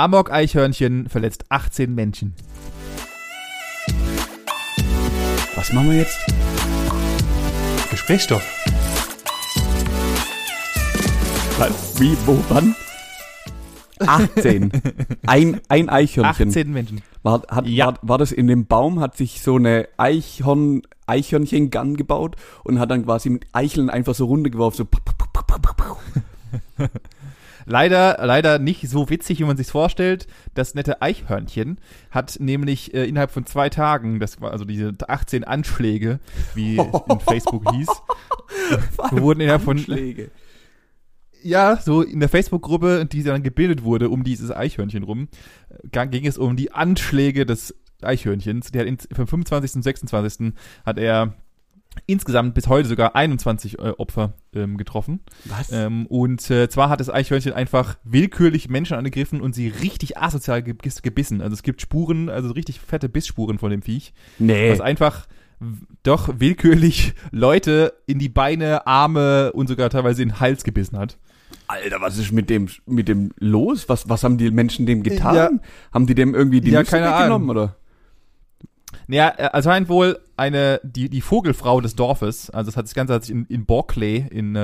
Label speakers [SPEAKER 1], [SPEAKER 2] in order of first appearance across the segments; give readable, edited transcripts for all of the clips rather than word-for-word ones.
[SPEAKER 1] Amok-Eichhörnchen verletzt 18 Menschen.
[SPEAKER 2] Was machen wir jetzt?
[SPEAKER 3] Gesprächsstoff.
[SPEAKER 2] Was? Wie, wo, wann? 18. Ein Eichhörnchen.
[SPEAKER 1] 18 Menschen.
[SPEAKER 2] War das in dem Baum, hat sich so eine Eichhörnchen-Gun gebaut und hat dann quasi mit Eicheln einfach so runtergeworfen, so.
[SPEAKER 1] Leider nicht so witzig, wie man sich's vorstellt. Das nette Eichhörnchen hat nämlich innerhalb von 2 Tagen, das war also diese 18 Anschläge, wie es in Facebook hieß, wurden innerhalb von
[SPEAKER 2] Anschläge.
[SPEAKER 1] Ja, so in der Facebook-Gruppe, die dann gebildet wurde um dieses Eichhörnchen rum, ging es um die Anschläge des Eichhörnchens. Der hat vom 25. und 26. hat er insgesamt bis heute sogar 21 Opfer getroffen.
[SPEAKER 2] Was?
[SPEAKER 1] Und zwar hat das Eichhörnchen einfach willkürlich Menschen angegriffen und sie richtig asozial gebissen. Also es gibt Spuren, also richtig fette Bissspuren von dem Viech.
[SPEAKER 2] Nee.
[SPEAKER 1] Was einfach doch willkürlich Leute in die Beine, Arme und sogar teilweise in den Hals gebissen hat.
[SPEAKER 2] Alter, was ist mit dem los? Was haben die Menschen dem getan?
[SPEAKER 1] Ja.
[SPEAKER 2] Haben die dem irgendwie die Nüsse
[SPEAKER 1] keine
[SPEAKER 2] weggenommen,
[SPEAKER 1] Ahnung.
[SPEAKER 2] oder?
[SPEAKER 1] Naja, anscheinend wohl die Vogelfrau des Dorfes, also das Ganze hat sich in Berkeley, in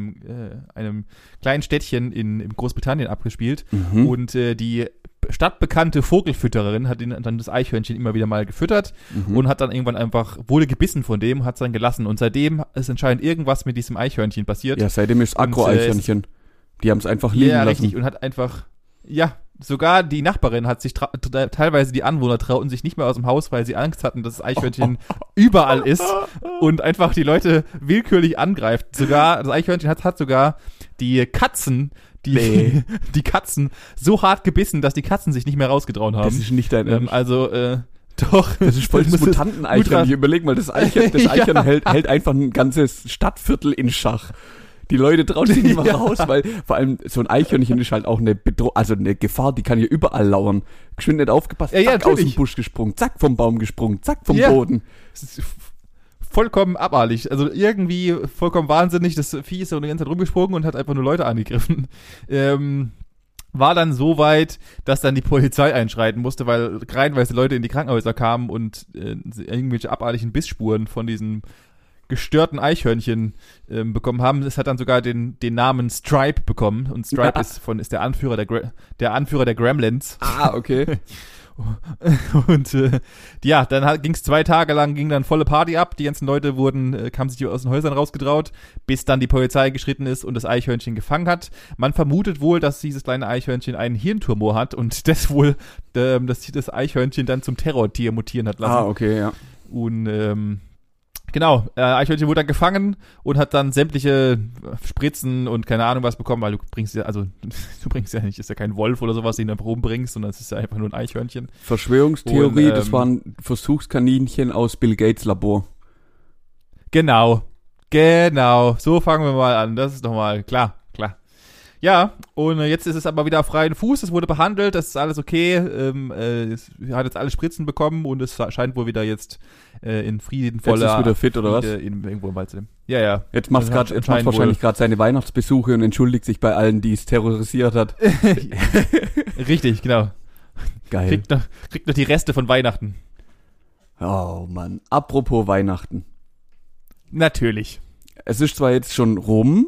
[SPEAKER 1] einem kleinen Städtchen in Großbritannien abgespielt.
[SPEAKER 2] Mhm.
[SPEAKER 1] Und die stadtbekannte Vogelfütterin hat dann das Eichhörnchen immer wieder mal gefüttert und hat dann irgendwann einfach, wurde gebissen von dem, hat es dann gelassen. Und seitdem ist anscheinend irgendwas mit diesem Eichhörnchen passiert.
[SPEAKER 2] Ja, seitdem ist Agro-Eichhörnchen. Die haben es einfach liegen
[SPEAKER 1] ja,
[SPEAKER 2] lassen.
[SPEAKER 1] richtig. Und hat einfach, ja, sogar die Nachbarin hat sich teilweise die Anwohner trauten sich nicht mehr aus dem Haus, weil sie Angst hatten, dass das Eichhörnchen überall ist und einfach die Leute willkürlich angreift. Sogar, das Eichhörnchen hat sogar die Katzen, die Katzen so hart gebissen, dass die Katzen sich nicht mehr rausgetraut haben.
[SPEAKER 2] Das ist nicht dein Ernst.
[SPEAKER 1] Also, doch.
[SPEAKER 2] Das ist voll das Mutanten-Eichhörnchen. Ich überleg mal, das Eichhörnchen hält einfach ein ganzes Stadtviertel in Schach. Die Leute trauen sich nicht mehr raus, weil vor allem so ein Eichhörnchen ist halt auch eine eine Gefahr, die kann hier überall lauern. Geschwind nicht aufgepasst, zack, aus dem Busch gesprungen, zack, vom Baum gesprungen, zack, vom Boden.
[SPEAKER 1] Das ist vollkommen abartig. Also irgendwie vollkommen wahnsinnig. Das Vieh ist so die ganze Zeit rumgesprungen und hat einfach nur Leute angegriffen. War dann so weit, dass dann die Polizei einschreiten musste, weil reihenweise Leute in die Krankenhäuser kamen und irgendwelche abartigen Bissspuren von diesen gestörten Eichhörnchen bekommen haben. Es hat dann sogar den Namen Stripe bekommen und Stripe ist der Anführer der Gremlins.
[SPEAKER 2] Ah, okay.
[SPEAKER 1] Und dann ging es 2 Tage lang, ging dann volle Party ab. Die ganzen Leute kamen sich aus den Häusern rausgetraut, bis dann die Polizei geschritten ist und das Eichhörnchen gefangen hat. Man vermutet wohl, dass dieses kleine Eichhörnchen einen Hirntumor hat und das Eichhörnchen dann zum Terrortier mutieren hat lassen.
[SPEAKER 2] Ah, okay, ja.
[SPEAKER 1] Und genau, Eichhörnchen wurde dann gefangen und hat dann sämtliche Spritzen und keine Ahnung was bekommen, weil du bringst ja nicht, ist ja kein Wolf oder sowas, den du einfach umbringst, sondern es ist ja einfach nur ein Eichhörnchen.
[SPEAKER 2] Verschwörungstheorie, das waren Versuchskaninchen aus Bill Gates Labor.
[SPEAKER 1] Genau, so fangen wir mal an, das ist doch mal klar. Ja, und jetzt ist es aber wieder auf freien Fuß, es wurde behandelt, das ist alles okay, es hat jetzt alle Spritzen bekommen und es scheint wohl wieder jetzt in friedenvoller...
[SPEAKER 2] Jetzt ist wieder fit, oder was?
[SPEAKER 1] Irgendwo im Wald zu nehmen. Ja.
[SPEAKER 2] Jetzt macht wahrscheinlich gerade seine Weihnachtsbesuche und entschuldigt sich bei allen, die es terrorisiert hat.
[SPEAKER 1] Richtig, genau.
[SPEAKER 2] Geil.
[SPEAKER 1] Kriegt noch die Reste von Weihnachten.
[SPEAKER 2] Oh Mann, apropos Weihnachten.
[SPEAKER 1] Natürlich.
[SPEAKER 2] Es ist zwar jetzt schon rum,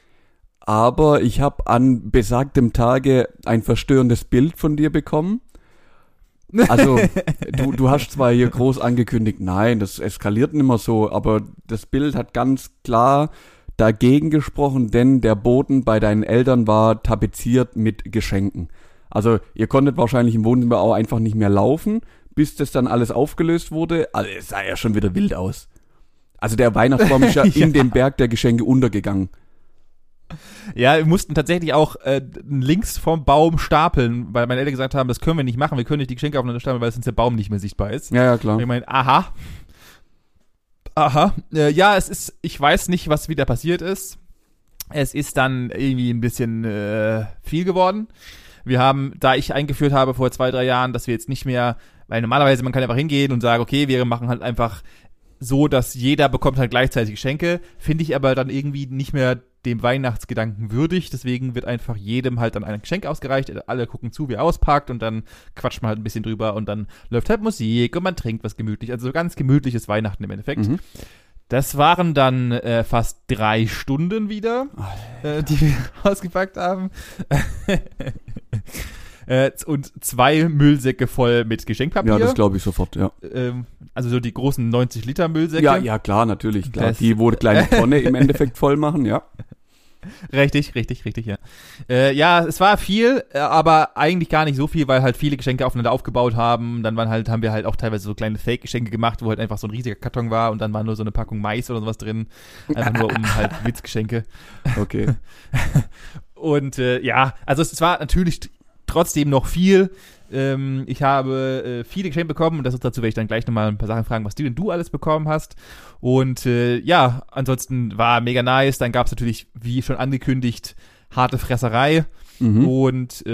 [SPEAKER 2] aber ich habe an besagtem Tage ein verstörendes Bild von dir bekommen. Also, du hast zwar hier groß angekündigt, nein, das eskaliert nicht mehr so, aber das Bild hat ganz klar dagegen gesprochen, denn der Boden bei deinen Eltern war tapeziert mit Geschenken. Also, ihr konntet wahrscheinlich im Wohnzimmer auch einfach nicht mehr laufen, bis das dann alles aufgelöst wurde. Also, es sah ja schon wieder wild aus. Also, der Weihnachtsbaum ist ja in dem Berg der Geschenke untergegangen.
[SPEAKER 1] Ja, wir mussten tatsächlich auch links vom Baum stapeln, weil meine Eltern gesagt haben, das können wir nicht machen, wir können nicht die Geschenke aufeinander stapeln, weil sonst der Baum nicht mehr sichtbar ist.
[SPEAKER 2] Ja, klar.
[SPEAKER 1] Und ich meine, aha. Ja, ich weiß nicht, was wieder passiert ist. Es ist dann irgendwie ein bisschen viel geworden. Wir haben, da ich eingeführt habe vor 2-3 Jahren, dass wir jetzt nicht mehr, weil normalerweise man kann einfach hingehen und sagen, okay, wir machen halt einfach so, dass jeder bekommt halt gleichzeitig Geschenke, finde ich aber dann irgendwie nicht mehr dem Weihnachtsgedanken würdig. Deswegen wird einfach jedem halt dann ein Geschenk ausgereicht. Alle gucken zu, wie er auspackt und dann quatscht man halt ein bisschen drüber und dann läuft halt Musik und man trinkt was gemütlich. Also so ganz gemütliches Weihnachten im Endeffekt.
[SPEAKER 2] Mhm.
[SPEAKER 1] Das waren dann fast 3 Stunden wieder, die wir ausgepackt haben. Und 2 Müllsäcke voll mit Geschenkpapier.
[SPEAKER 2] Ja, das glaube ich sofort, ja.
[SPEAKER 1] Also so die großen 90 Liter Müllsäcke.
[SPEAKER 2] Ja, klar, natürlich, klar. Die, wo eine kleine Tonne im Endeffekt voll machen, ja.
[SPEAKER 1] Richtig, ja. Ja, es war viel, aber eigentlich gar nicht so viel, weil halt viele Geschenke aufeinander aufgebaut haben. Dann haben wir halt auch teilweise so kleine Fake-Geschenke gemacht, wo halt einfach so ein riesiger Karton war und dann war nur so eine Packung Mais oder sowas drin. Einfach nur um halt Witzgeschenke.
[SPEAKER 2] Okay.
[SPEAKER 1] Und ja, also es war natürlich trotzdem noch viel. Ich habe viele Geschenke bekommen und dazu werde ich dann gleich nochmal ein paar Sachen fragen, was du alles bekommen hast. Und ja, ansonsten war mega nice. Dann gab es natürlich, wie schon angekündigt, harte Fresserei.
[SPEAKER 2] Mhm.
[SPEAKER 1] Und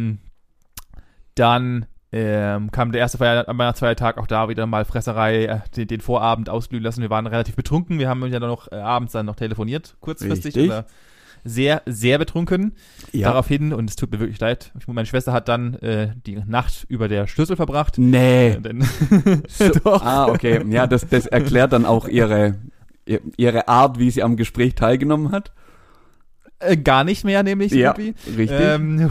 [SPEAKER 1] dann kam der erste Weihnachtsfeiertag auch da wieder mal Fresserei, den Vorabend ausglühen lassen. Wir waren relativ betrunken. Wir haben ja dann noch abends dann noch telefoniert, kurzfristig.
[SPEAKER 2] Richtig.
[SPEAKER 1] Oder sehr, sehr betrunken.
[SPEAKER 2] Ja.
[SPEAKER 1] Daraufhin, und es tut mir wirklich leid, meine Schwester hat dann die Nacht über der Schlüssel verbracht.
[SPEAKER 2] Nee.
[SPEAKER 1] So,
[SPEAKER 2] Doch. Ah, okay. Ja, das erklärt dann auch ihre Art, wie sie am Gespräch teilgenommen hat.
[SPEAKER 1] Gar nicht mehr, nämlich
[SPEAKER 2] Ja,
[SPEAKER 1] irgendwie.
[SPEAKER 2] richtig.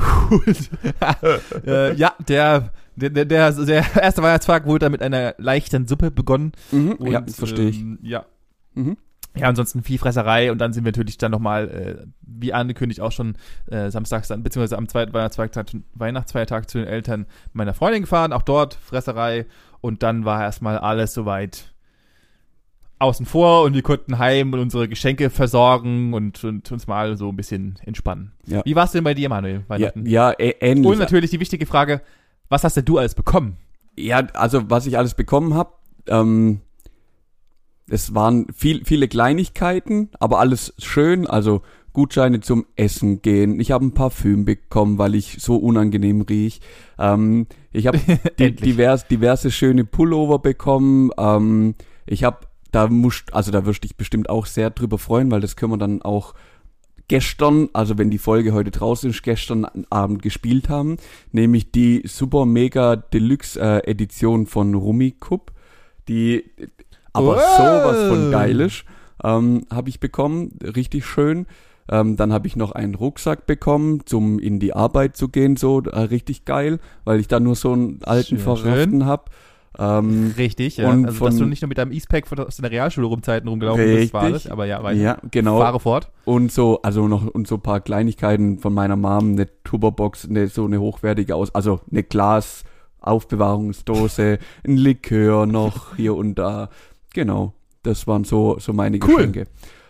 [SPEAKER 1] Ja, der erste Weihnachtstag wurde dann mit einer leichten Suppe begonnen.
[SPEAKER 2] Mhm.
[SPEAKER 1] Und,
[SPEAKER 2] Ja, verstehe ich.
[SPEAKER 1] Ja.
[SPEAKER 2] Mhm.
[SPEAKER 1] Ja, ansonsten viel Fresserei und dann sind wir natürlich dann nochmal, wie angekündigt, auch schon samstags dann, beziehungsweise am zweiten Weihnachtsfeiertag zu den Eltern meiner Freundin gefahren, auch dort Fresserei und dann war erstmal alles soweit außen vor und wir konnten heim und unsere Geschenke versorgen und uns mal so ein bisschen entspannen.
[SPEAKER 2] Ja.
[SPEAKER 1] Wie war es denn bei dir, Manuel, Weihnachten?
[SPEAKER 2] Ja, ähnlich.
[SPEAKER 1] Und natürlich die wichtige Frage, was hast denn du alles bekommen?
[SPEAKER 2] Ja, also was ich alles bekommen habe, es waren viele Kleinigkeiten, aber alles schön, also Gutscheine zum Essen gehen. Ich habe ein Parfüm bekommen, weil ich so unangenehm riech. Ich habe diverse schöne Pullover bekommen. Ich habe, da wirst dich bestimmt auch sehr drüber freuen, weil das können wir dann auch gestern, also wenn die Folge heute draußen ist, gestern Abend gespielt haben, nämlich die Super Mega Deluxe Edition von Rummikub, die aber sowas von geil ist, habe ich bekommen, richtig schön. Dann habe ich noch einen Rucksack bekommen, zum in die Arbeit zu gehen, so richtig geil, weil ich da nur so einen alten Verraften habe.
[SPEAKER 1] Richtig, ja.
[SPEAKER 2] Und
[SPEAKER 1] also, dass du nicht nur mit deinem E-Spec aus deiner Realschule rumgelaufen bist, war das, aber ja, weiter.
[SPEAKER 2] Ja, genau.
[SPEAKER 1] Fahre fort.
[SPEAKER 2] Und so ein paar Kleinigkeiten von meiner Mom, eine Tupperbox, so eine hochwertige also eine Glasaufbewahrungsdose, ein Likör noch hier und da. Genau, das waren so meine Geschenke.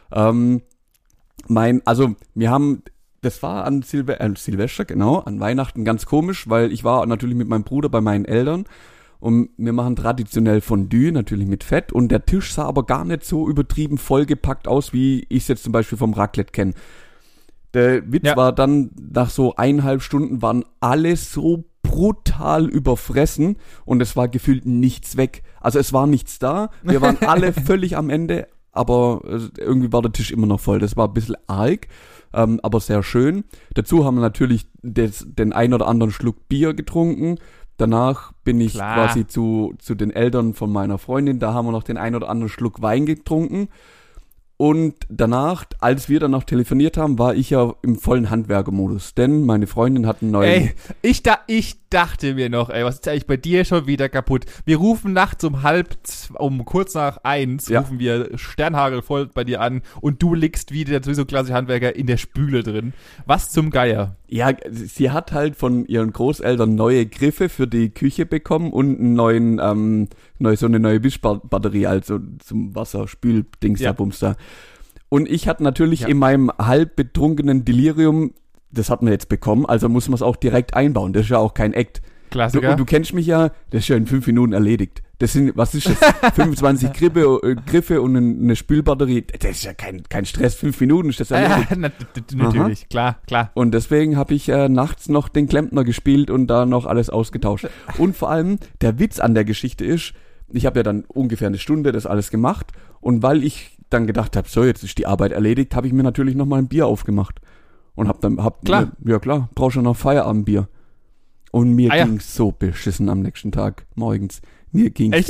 [SPEAKER 2] Das war an Silvester, genau, an Weihnachten ganz komisch, weil ich war natürlich mit meinem Bruder bei meinen Eltern und wir machen traditionell Fondue, natürlich mit Fett und der Tisch sah aber gar nicht so übertrieben vollgepackt aus, wie ich es jetzt zum Beispiel vom Raclette kenne. Der Witz war dann, nach so 1,5 Stunden waren alle so brutal überfressen und es war gefühlt nichts weg. Also es war nichts da, wir waren alle völlig am Ende, aber irgendwie war der Tisch immer noch voll. Das war ein bisschen arg, aber sehr schön. Dazu haben wir natürlich den ein oder anderen Schluck Bier getrunken. Danach bin ich quasi zu den Eltern von meiner Freundin, da haben wir noch den ein oder anderen Schluck Wein getrunken. Und danach, als wir dann noch telefoniert haben, war ich ja im vollen Handwerkermodus, denn meine Freundin hat einen neuen...
[SPEAKER 1] Ich dachte mir noch, was ist eigentlich bei dir schon wieder kaputt? Wir rufen nachts kurz nach 1, rufen wir Sternhagel voll bei dir an und du liegst wie der sowieso klassische Handwerker in der Spüle drin. Was zum Geier? Ja,
[SPEAKER 2] sie hat halt von ihren Großeltern neue Griffe für die Küche bekommen und einen so eine neue Wischbatterie, also zum Wasserspüldings da Bums da. Und ich hatte natürlich in meinem halb betrunkenen Delirium, das hat man jetzt bekommen, also muss man es auch direkt einbauen. Das ist ja auch kein Act.
[SPEAKER 1] Klassiker.
[SPEAKER 2] Du kennst mich ja, das ist ja in 5 Minuten erledigt. Das sind, was ist das? 25 Griffe und eine Spülbatterie. Das ist ja kein Stress. 5 Minuten ist das erledigt.
[SPEAKER 1] Natürlich, klar.
[SPEAKER 2] Und deswegen habe ich nachts noch den Klempner gespielt und da noch alles ausgetauscht. Und vor allem, der Witz an der Geschichte ist, ich habe ja dann ungefähr eine Stunde das alles gemacht und weil ich dann gedacht habe, so, jetzt ist die Arbeit erledigt, habe ich mir natürlich nochmal ein Bier aufgemacht. Und
[SPEAKER 1] Klar.
[SPEAKER 2] Ja klar, brauchst du noch Feierabendbier. Und mir
[SPEAKER 1] Ah, ja.
[SPEAKER 2] ging's so beschissen am nächsten Tag, morgens. Mir ging's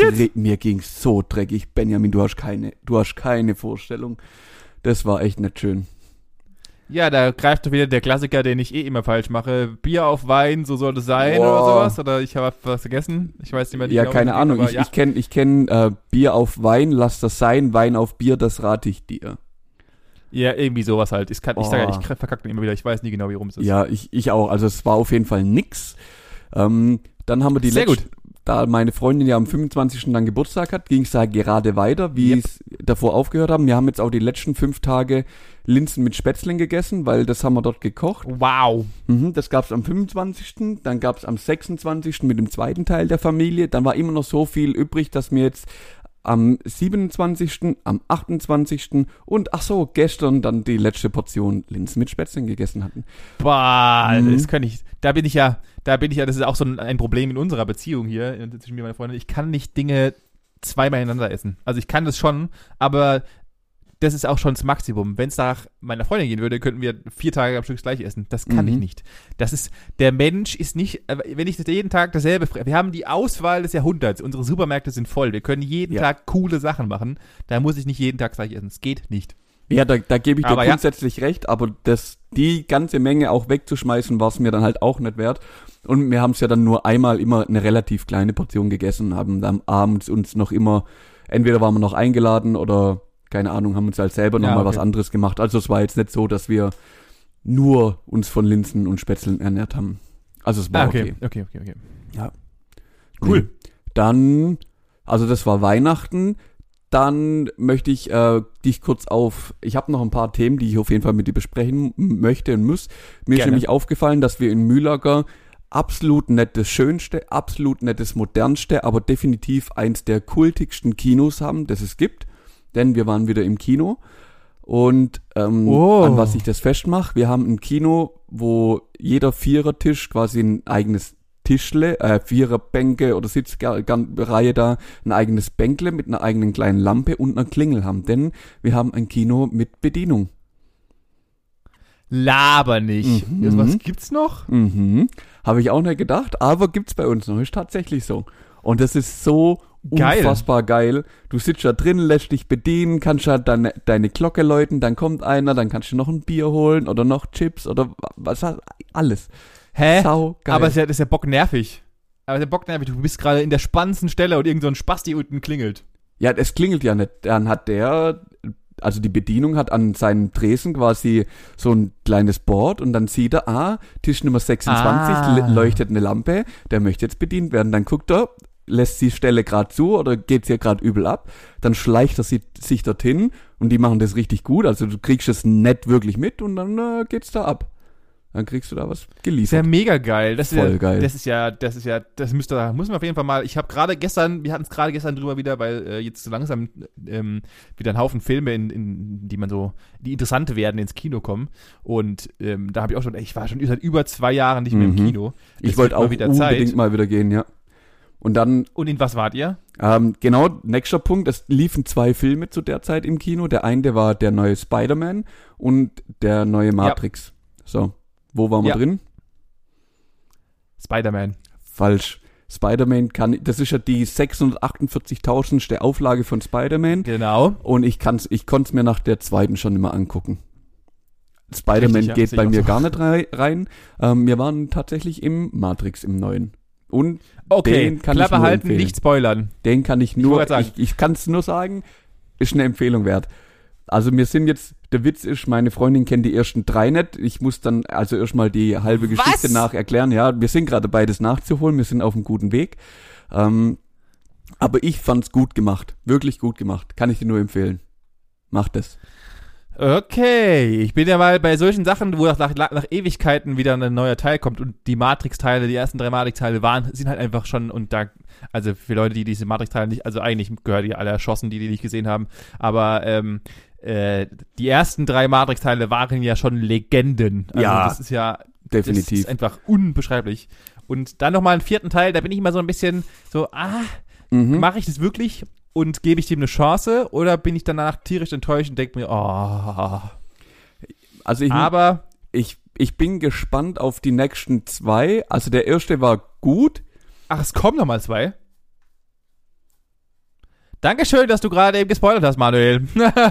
[SPEAKER 2] so dreckig. Benjamin, du hast keine Vorstellung. Das war echt nicht schön.
[SPEAKER 1] Ja, da greift doch wieder der Klassiker, den ich immer falsch mache. Bier auf Wein, so soll es sein oder sowas. Oder ich habe was vergessen. Ich weiß nicht mehr.
[SPEAKER 2] Ja, keine Ahnung.
[SPEAKER 1] Aber,
[SPEAKER 2] Ich kenn Bier auf Wein, lass das sein. Wein auf Bier, das rate ich dir.
[SPEAKER 1] Ja, irgendwie sowas halt. Ich sage ja, ich verkacke immer wieder. Ich weiß nie genau, wie rum es ist.
[SPEAKER 2] Ja, ich auch. Also es war auf jeden Fall nix. Dann haben wir
[SPEAKER 1] Sehr gut.
[SPEAKER 2] Da meine Freundin ja am 25. dann Geburtstag hat, ging es da gerade weiter, wie es davor aufgehört haben. Wir haben jetzt auch die letzten 5 Tage Linsen mit Spätzlen gegessen, weil das haben wir dort gekocht.
[SPEAKER 1] Wow.
[SPEAKER 2] Das gab's am 25., dann gab's am 26. mit dem zweiten Teil der Familie. Dann war immer noch so viel übrig, dass wir jetzt am 27., am 28. und gestern dann die letzte Portion Linsen mit Spätzlen gegessen hatten.
[SPEAKER 1] Boah, das kann ich, da bin ich ja, das ist auch so ein Problem in unserer Beziehung hier, zwischen mir und meiner Freundin. Ich kann nicht Dinge zweimal hintereinander essen. Also ich kann das schon, aber das ist auch schon das Maximum. Wenn es nach meiner Freundin gehen würde, könnten wir 4 Tage am Stück gleich essen. Das kann ich nicht. Der Mensch ist nicht, wenn ich jeden Tag dasselbe, wir haben die Auswahl des Jahrhunderts. Unsere Supermärkte sind voll. Wir können jeden Tag coole Sachen machen. Da muss ich nicht jeden Tag gleich essen. Es geht nicht.
[SPEAKER 2] Ja, da gebe ich dir grundsätzlich recht, aber die ganze Menge auch wegzuschmeißen, war es mir dann halt auch nicht wert. Und wir haben es ja dann nur einmal immer eine relativ kleine Portion gegessen, haben dann abends uns noch immer, entweder waren wir noch eingeladen oder, keine Ahnung, haben uns halt selber nochmal was anderes gemacht. Also es war jetzt nicht so, dass wir nur uns von Linsen und Spätzlen ernährt haben. Also es war okay.
[SPEAKER 1] Okay.
[SPEAKER 2] Ja.
[SPEAKER 1] Cool.
[SPEAKER 2] Nee. Dann, also das war Weihnachten. Dann möchte ich dich kurz ich habe noch ein paar Themen, die ich auf jeden Fall mit dir besprechen möchte und muss. Mir ist nämlich aufgefallen, dass wir in Mühlager absolut nicht das Schönste, absolut nicht das Modernste, aber definitiv eins der kultigsten Kinos haben, das es gibt. Denn wir waren wieder im Kino. Und an was ich das festmache, wir haben ein Kino, wo jeder Vierertisch quasi ein eigenes Tischle, Viererbänke oder Sitzreihe da, ein eigenes Bänkle mit einer eigenen kleinen Lampe und einer Klingel haben. Denn wir haben ein Kino mit Bedienung.
[SPEAKER 1] Laber nicht. Was gibt's noch?
[SPEAKER 2] Habe ich auch nicht gedacht, aber gibt's bei uns noch. Ist tatsächlich so. Und das ist so unfassbar geil. Du sitzt da drin, lässt dich bedienen, kannst halt deine Glocke läuten, dann kommt einer, dann kannst du noch ein Bier holen oder noch Chips oder was, alles.
[SPEAKER 1] Hä?
[SPEAKER 2] Sau geil.
[SPEAKER 1] Aber das ist ja bocknervig. Du bist gerade in der spannendsten Stelle und irgend so ein Spasti unten klingelt.
[SPEAKER 2] Ja, es klingelt ja nicht. Dann hat also die Bedienung hat an seinem Tresen quasi so ein kleines Board und dann sieht er, Tisch Nummer 26, leuchtet eine Lampe, der möchte jetzt bedient werden. Dann guckt er, lässt die Stelle gerade zu oder geht's hier gerade übel ab, dann schleicht er sich dorthin und die machen das richtig gut, also du kriegst es nicht wirklich mit und dann geht's da ab. Dann kriegst du da was geliefert.
[SPEAKER 1] Das ist ja mega geil.
[SPEAKER 2] Voll geil.
[SPEAKER 1] Das muss man auf jeden Fall mal, wir hatten es gerade gestern drüber wieder, weil jetzt so langsam wieder ein Haufen Filme, die interessante werden, ins Kino kommen. Und da habe ich auch schon, ich war schon seit über 2 Jahren nicht mehr im Kino.
[SPEAKER 2] Ich wollte auch unbedingt mal wieder gehen, ja. Und
[SPEAKER 1] in was wart ihr?
[SPEAKER 2] Genau, nächster Punkt, es liefen 2 Filme zu der Zeit im Kino. Der eine war der neue Spider-Man und der neue Matrix. Ja. So, wo waren wir drin?
[SPEAKER 1] Spider-Man.
[SPEAKER 2] Falsch. Spider-Man das ist ja die 648.000. Auflage von Spider-Man.
[SPEAKER 1] Genau.
[SPEAKER 2] Und ich konnte es mir nach der zweiten schon immer angucken. Spider-Man geht bei mir gar nicht rein. Wir waren tatsächlich im Matrix, im neuen. Und den kann ich nur
[SPEAKER 1] halten,
[SPEAKER 2] empfehlen.
[SPEAKER 1] nicht spoilern.
[SPEAKER 2] Den kann ich nur, ich kann es nur sagen, ist eine Empfehlung wert. Also der Witz ist, meine Freundin kennt die ersten 3 nicht. Ich muss dann also erstmal die halbe Geschichte nacherklären. Ja, wir sind gerade dabei, das nachzuholen. Wir sind auf einem guten Weg. Aber ich fand's gut gemacht. Wirklich gut gemacht. Kann ich dir nur empfehlen. Mach das.
[SPEAKER 1] Okay, ich bin ja mal bei solchen Sachen, wo nach Ewigkeiten wieder ein neuer Teil kommt und die Matrix-Teile, die ersten 3 Matrix-Teile sind halt einfach schon, und da, also für Leute, die diese Matrix-Teile nicht, also eigentlich gehören die alle erschossen, die nicht gesehen haben, aber die ersten 3 Matrix-Teile waren ja schon Legenden. Also
[SPEAKER 2] ja,
[SPEAKER 1] das ist ja
[SPEAKER 2] definitiv.
[SPEAKER 1] Das ist einfach unbeschreiblich. Und dann nochmal einen 4. Teil, da bin ich immer so ein bisschen so, mache ich das wirklich? und gebe ich dem eine Chance oder bin ich danach tierisch enttäuscht und denke mir, oh.
[SPEAKER 2] Also ich bin gespannt auf die nächsten 2. Also der erste war gut.
[SPEAKER 1] Ach, es kommen nochmal 2? Dankeschön, dass du gerade eben gespoilert hast, Manuel.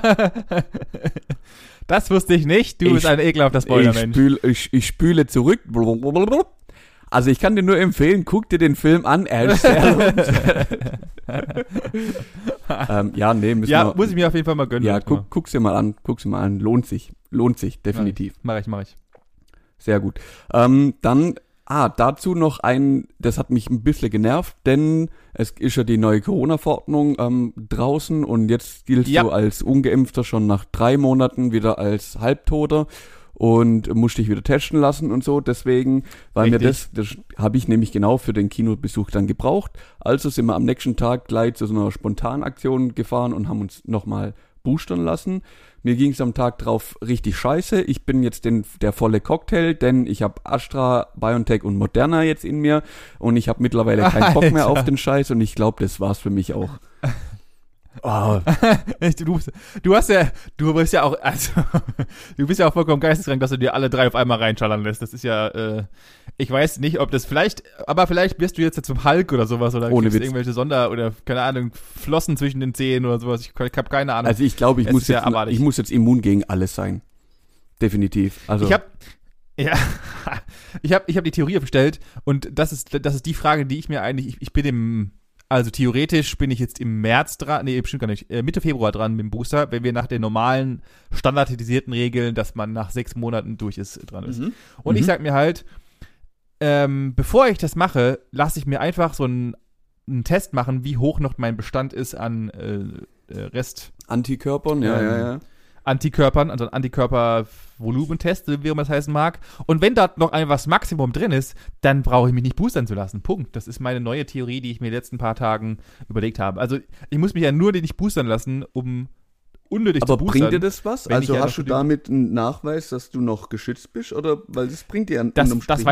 [SPEAKER 1] Das wusste ich nicht. Du bist ein ekelhafter Spoiler-Mensch.
[SPEAKER 2] Ich spüle zurück. Also ich kann dir nur empfehlen, guck dir den Film an. Er ist sehr müssen wir.
[SPEAKER 1] Muss ich mir auf jeden Fall mal gönnen.
[SPEAKER 2] Ja, guck's dir mal an. Lohnt sich, definitiv.
[SPEAKER 1] Mach ich.
[SPEAKER 2] Sehr gut. Dann dazu noch das hat mich ein bisschen genervt, denn es ist ja die neue Corona-Verordnung draußen und jetzt giltst du als Ungeimpfter schon nach 3 Monaten wieder als Halbtoter und musst dich wieder testen lassen und so. Deswegen, weil mir das habe ich nämlich genau für den Kinobesuch dann gebraucht. Also sind wir am nächsten Tag gleich zu so einer Spontanaktion gefahren und haben uns nochmal boostern lassen. Mir ging es am Tag drauf richtig scheiße. Ich bin jetzt der volle Cocktail, denn ich habe Astra, BioNTech und Moderna jetzt in mir und ich habe mittlerweile keinen Bock mehr auf den Scheiß und ich glaube, das war's für mich auch.
[SPEAKER 1] Oh. Du bist ja auch vollkommen geisteskrank, dass du dir alle 3 auf einmal reinschallern lässt. Das ist ja, ich weiß nicht, ob das vielleicht wirst du jetzt zum Hulk oder sowas oder
[SPEAKER 2] ohne Witz.
[SPEAKER 1] Irgendwelche oder keine Ahnung, Flossen zwischen den Zähnen oder sowas. Ich habe keine Ahnung.
[SPEAKER 2] Also ich glaube, ich muss jetzt immun gegen alles sein. Definitiv. Also
[SPEAKER 1] ich habe die Theorie aufgestellt und das ist die Frage, die ich mir eigentlich, also theoretisch bin ich jetzt im März dran, nee, bestimmt gar nicht, Mitte Februar dran mit dem Booster, wenn wir nach den normalen, standardisierten Regeln, dass man nach 6 Monaten durch ist, dran ist. Und ich sag mir halt, bevor ich das mache, lasse ich mir einfach so einen Test machen, wie hoch noch mein Bestand ist an
[SPEAKER 2] Antikörpern, ja.
[SPEAKER 1] Antikörpern, also Antikörpervolumentest, wie man das heißen mag. Und wenn da noch was Maximum drin ist, dann brauche ich mich nicht boostern zu lassen. Punkt. Das ist meine neue Theorie, die ich mir in den letzten paar Tagen überlegt habe. Also ich muss mich ja nur nicht boostern lassen, um unnötig zu boostern.
[SPEAKER 2] Aber bringt dir das was? Also hast du damit einen Nachweis, dass du noch geschützt bist? Oder weil das bringt dir
[SPEAKER 1] das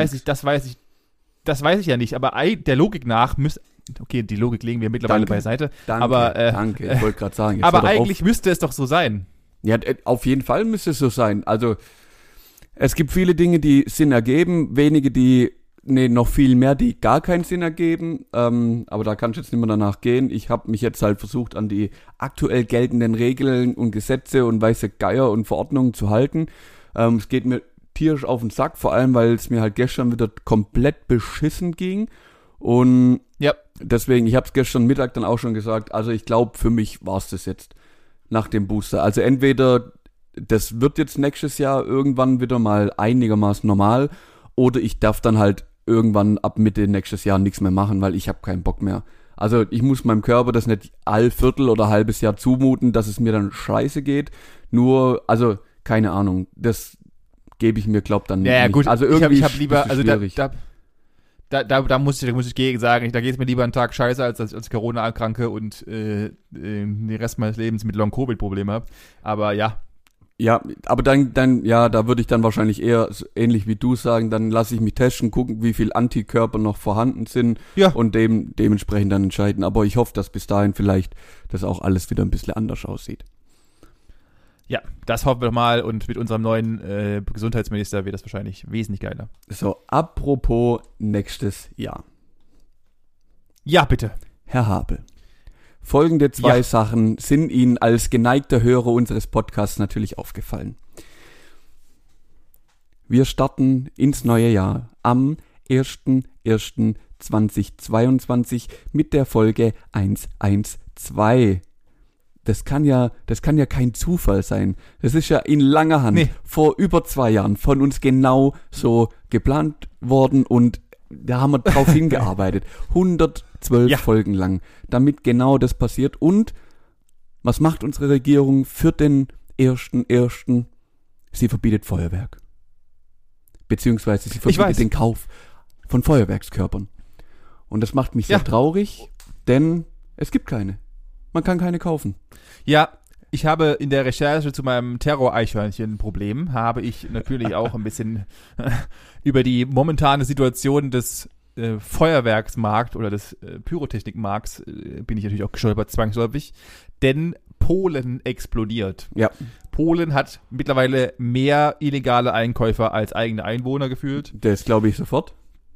[SPEAKER 1] weiß ich ja nicht. Aber der Logik nach okay, die Logik legen wir mittlerweile beiseite.
[SPEAKER 2] Danke, ich wollte gerade sagen.
[SPEAKER 1] Aber eigentlich müsste es doch so sein.
[SPEAKER 2] Ja, auf jeden Fall müsste es so sein. Also es gibt viele Dinge, die Sinn ergeben, wenige, noch viel mehr, die gar keinen Sinn ergeben. Aber da kannst du jetzt nicht mehr danach gehen. Ich habe mich jetzt halt versucht, an die aktuell geltenden Regeln und Gesetze und weiße Geier und Verordnungen zu halten. Es geht mir tierisch auf den Sack, vor allem, weil es mir halt gestern wieder komplett beschissen ging. Und deswegen, ich habe es gestern Mittag dann auch schon gesagt, also ich glaube, für mich war es das jetzt. Nach dem Booster. Also entweder das wird jetzt nächstes Jahr irgendwann wieder mal einigermaßen normal oder ich darf dann halt irgendwann ab Mitte nächstes Jahr nichts mehr machen, weil ich habe keinen Bock mehr. Also ich muss meinem Körper das nicht Viertel oder halbes Jahr zumuten, dass es mir dann scheiße geht. Nur, also keine Ahnung, das gebe ich mir, glaub dann nicht.
[SPEAKER 1] Ja, gut,
[SPEAKER 2] also irgendwie
[SPEAKER 1] ich hab lieber, also da muss ich gegen sagen, da geht es mir lieber einen Tag scheiße, als Corona erkranke und den Rest meines Lebens mit Long-Covid-Problemen habe. Aber ja.
[SPEAKER 2] Ja, aber dann, da würde ich dann wahrscheinlich eher ähnlich wie du sagen, dann lasse ich mich testen, gucken, wie viel Antikörper noch vorhanden sind und dementsprechend dann entscheiden. Aber ich hoffe, dass bis dahin vielleicht das auch alles wieder ein bisschen anders aussieht.
[SPEAKER 1] Ja, das hoffen wir doch mal und mit unserem neuen Gesundheitsminister wird das wahrscheinlich wesentlich geiler.
[SPEAKER 2] So, apropos nächstes Jahr.
[SPEAKER 1] Ja, bitte.
[SPEAKER 2] Herr Habel, folgende 2 Sachen sind Ihnen als geneigter Hörer unseres Podcasts natürlich aufgefallen. Wir starten ins neue Jahr am 1.1.2022 mit der Folge 112. Das kann ja kein Zufall sein. Das ist ja in langer Hand vor über 2 Jahren von uns genau so geplant worden und da haben wir drauf hingearbeitet. 112 Folgen lang, damit genau das passiert. Und was macht unsere Regierung für den 1.1.? Sie verbietet Feuerwerk. Beziehungsweise sie verbietet den Kauf von Feuerwerkskörpern. Und das macht mich sehr traurig, denn es gibt keine. Man kann keine kaufen.
[SPEAKER 1] Ja, ich habe in der Recherche zu meinem Terror-Eichhörnchen-Problem, habe ich natürlich auch ein bisschen über die momentane Situation des Feuerwerksmarkt oder des Pyrotechnikmarkts bin ich natürlich auch gestolpert, zwangsläufig, denn Polen explodiert.
[SPEAKER 2] Ja.
[SPEAKER 1] Polen hat mittlerweile mehr illegale Einkäufer als eigene Einwohner gefühlt.
[SPEAKER 2] Das glaube ich sofort.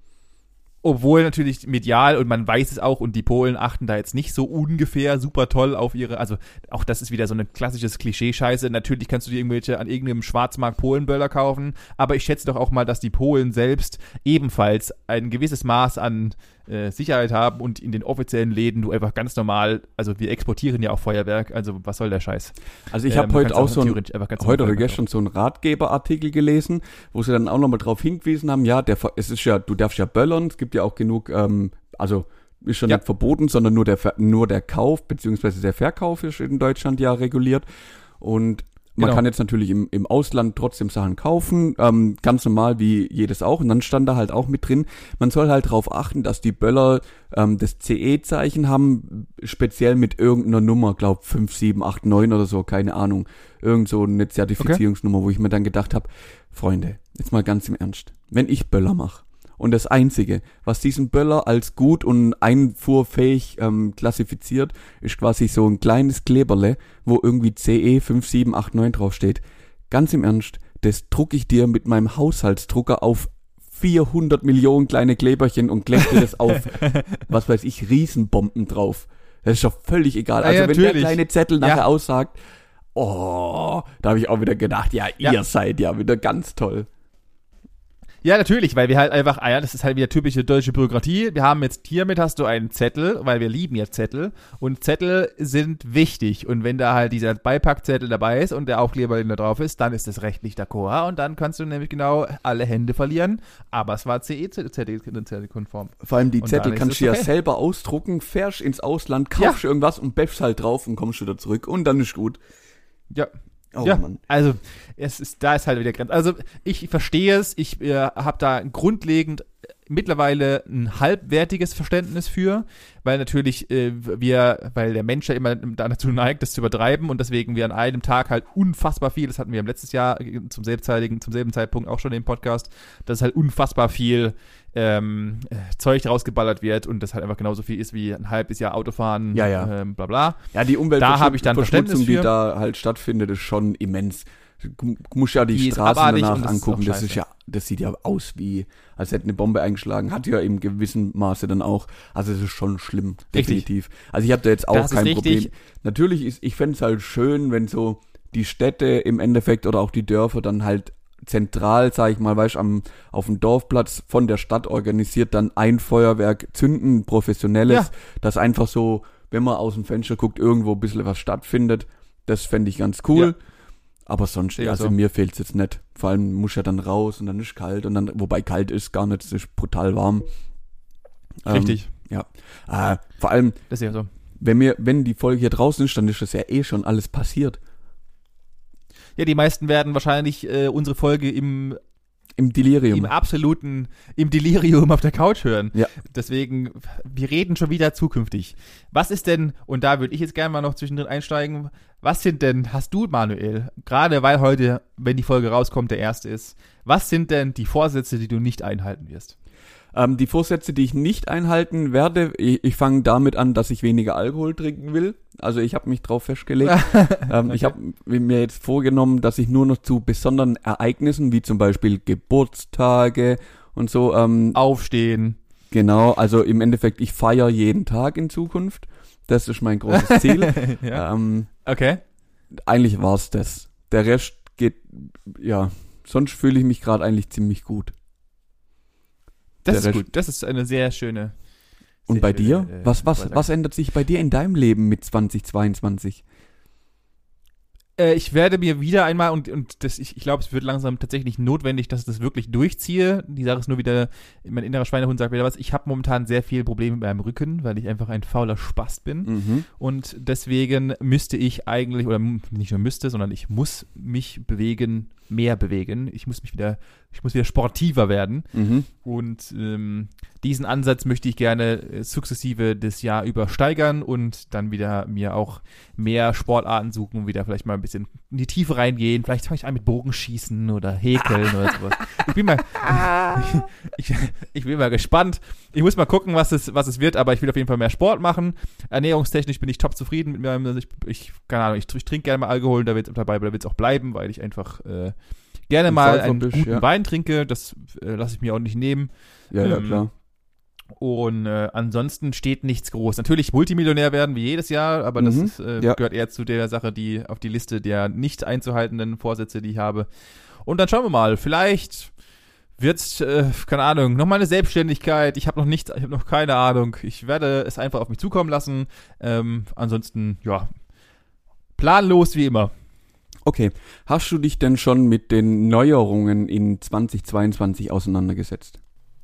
[SPEAKER 1] Obwohl natürlich medial, und man weiß es auch, und die Polen achten da jetzt nicht so ungefähr super toll auf ihre, also auch das ist wieder so ein klassisches Klischee-Scheiße. Natürlich kannst du dir irgendwelche an irgendeinem Schwarzmarkt Polenböller kaufen, aber ich schätze doch auch mal, dass die Polen selbst ebenfalls ein gewisses Maß an Sicherheit haben und in den offiziellen Läden du einfach ganz normal, also wir exportieren ja auch Feuerwerk, also was soll der Scheiß?
[SPEAKER 2] Also ich habe heute auch heute oder gestern so einen Ratgeberartikel gelesen, wo sie dann auch nochmal drauf hingewiesen haben, ja, es ist ja, du darfst ja böllern, es gibt ja auch genug, also ist schon nicht verboten, sondern nur der Kauf beziehungsweise der Verkauf ist in Deutschland ja reguliert und man kann jetzt natürlich im Ausland trotzdem Sachen kaufen, ganz normal wie jedes auch. Und dann stand da halt auch mit drin, man soll halt darauf achten, dass die Böller das CE-Zeichen haben, speziell mit irgendeiner Nummer, glaub 5, 7, 8, 9 oder so, keine Ahnung. Irgend so eine Zertifizierungsnummer, wo ich mir dann gedacht habe, Freunde, jetzt mal ganz im Ernst, wenn ich Böller mache, und das Einzige, was diesen Böller als gut und einfuhrfähig klassifiziert, ist quasi so ein kleines Kleberle, wo irgendwie CE 5789 draufsteht. Ganz im Ernst, das drucke ich dir mit meinem Haushaltsdrucker auf 400 Millionen kleine Kleberchen und klebe dir das auf, was weiß ich, Riesenbomben drauf. Das ist doch völlig egal. Also wenn der kleine Zettel nachher aussagt, da habe ich auch wieder gedacht, ihr seid ja wieder ganz toll.
[SPEAKER 1] Ja, natürlich, weil wir halt einfach, das ist halt wieder typische deutsche Bürokratie. Wir haben jetzt, hiermit hast du einen Zettel, weil wir lieben ja Zettel. Und Zettel sind wichtig. Und wenn da halt dieser Beipackzettel dabei ist und der Aufkleber da drauf ist, dann ist das rechtlich d'accord. Und dann kannst du nämlich genau alle Hände verlieren. Aber es war CE-Zettel-konform.
[SPEAKER 2] Vor allem die Zettel kannst du ja selber ausdrucken, fährst ins Ausland, kaufst irgendwas und beffst halt drauf und kommst wieder zurück. Und dann ist gut.
[SPEAKER 1] Ja.
[SPEAKER 2] Oh,
[SPEAKER 1] ja,
[SPEAKER 2] Mann.
[SPEAKER 1] Also da ist halt wieder Grenze. Also ich verstehe es, ich habe da grundlegend mittlerweile ein halbwertiges Verständnis für, weil natürlich weil der Mensch ja immer dazu neigt, das zu übertreiben und deswegen wir an einem Tag halt unfassbar viel, das hatten wir im letzten Jahr zum selben Zeitpunkt auch schon im Podcast, dass halt unfassbar viel Zeug rausgeballert wird und das halt einfach genauso viel ist wie ein halbes Jahr Autofahren, bla bla.
[SPEAKER 2] Ja, die
[SPEAKER 1] Umweltverschmutzung,
[SPEAKER 2] die da halt stattfindet, ist schon immens. Du musst ja die Straßen danach angucken, das sieht ja aus wie, als hätte eine Bombe eingeschlagen, hat ja im gewissen Maße dann auch, also es ist schon schlimm, definitiv.
[SPEAKER 1] Richtig.
[SPEAKER 2] Also ich habe da jetzt auch kein Problem. Natürlich ich fände es halt schön, wenn so die Städte im Endeffekt oder auch die Dörfer dann halt zentral, sag ich mal, weißt auf dem Dorfplatz von der Stadt organisiert dann ein Feuerwerk zünden, professionelles, das einfach so, wenn man aus dem Fenster guckt, irgendwo ein bisschen was stattfindet, das fände ich ganz cool. Ja. Aber sonst, also mir fehlt es jetzt nicht. Vor allem muss ja dann raus und dann ist kalt und dann, wobei kalt ist gar nicht, es ist brutal warm.
[SPEAKER 1] Richtig.
[SPEAKER 2] Ja. Vor allem,
[SPEAKER 1] das ist ja so.
[SPEAKER 2] Wenn die Folge hier draußen ist, dann ist das ja schon alles passiert.
[SPEAKER 1] Ja, die meisten werden wahrscheinlich unsere Folge im
[SPEAKER 2] Delirium.
[SPEAKER 1] Im Delirium auf der Couch hören.
[SPEAKER 2] Ja.
[SPEAKER 1] Deswegen, wir reden schon wieder zukünftig. Was ist denn, und da würde ich jetzt gerne mal noch zwischendrin einsteigen, hast du, Manuel, gerade weil heute, wenn die Folge rauskommt, der erste ist, was sind denn die Vorsätze, die du nicht einhalten wirst?
[SPEAKER 2] Die Vorsätze, die ich nicht einhalten werde, ich fange damit an, dass ich weniger Alkohol trinken will. Also ich habe mich drauf festgelegt. Okay. Ich habe mir jetzt vorgenommen, dass ich nur noch zu besonderen Ereignissen, wie zum Beispiel Geburtstage und so.
[SPEAKER 1] Aufstehen.
[SPEAKER 2] Genau, also im Endeffekt, ich feiere jeden Tag in Zukunft. Das ist mein großes Ziel.
[SPEAKER 1] Ja. Okay.
[SPEAKER 2] Eigentlich war's das. Der Rest geht, sonst fühle ich mich gerade eigentlich ziemlich gut.
[SPEAKER 1] Das ist gut. Das ist eine sehr schöne.
[SPEAKER 2] Und bei dir? Was ändert sich bei dir in deinem Leben mit 2022?
[SPEAKER 1] Ich werde mir wieder einmal, und ich glaube, es wird langsam tatsächlich notwendig, dass ich das wirklich durchziehe. Die Sache ist nur wieder, mein innerer Schweinehund sagt wieder was, ich habe momentan sehr viele Probleme mit meinem Rücken, weil ich einfach ein fauler Spast bin.
[SPEAKER 2] Mhm.
[SPEAKER 1] Und deswegen müsste ich eigentlich, oder nicht nur müsste, sondern ich muss mich bewegen mehr bewegen. Ich muss wieder sportiver werden.
[SPEAKER 2] Mhm.
[SPEAKER 1] Und diesen Ansatz möchte ich gerne sukzessive das Jahr über steigern und dann wieder mir auch mehr Sportarten suchen und wieder vielleicht mal ein bisschen in die Tiefe reingehen. Vielleicht fange ich an mit Bogenschießen oder Häkeln oder sowas. Ich bin mal gespannt. Ich muss mal gucken, was es wird, aber ich will auf jeden Fall mehr Sport machen. Ernährungstechnisch bin ich top zufrieden mit mir. Keine Ahnung, ich trinke gerne mal Alkohol, da wird es auch bleiben, weil ich einfach gerne mal einen guten Wein trinke. Das lasse ich mir auch nicht nehmen.
[SPEAKER 2] Ja, klar.
[SPEAKER 1] Und ansonsten steht nichts groß. Natürlich Multimillionär werden wie jedes Jahr, aber das ist, gehört eher zu der Sache, die auf die Liste der nicht einzuhaltenden Vorsätze, die ich habe. Und dann schauen wir mal. Vielleicht wird's, keine Ahnung, nochmal eine Selbstständigkeit. Ich habe noch keine Ahnung. Ich werde es einfach auf mich zukommen lassen. Ansonsten, ja, planlos wie immer.
[SPEAKER 2] Okay. Hast du dich denn schon mit den Neuerungen in 2022 auseinandergesetzt?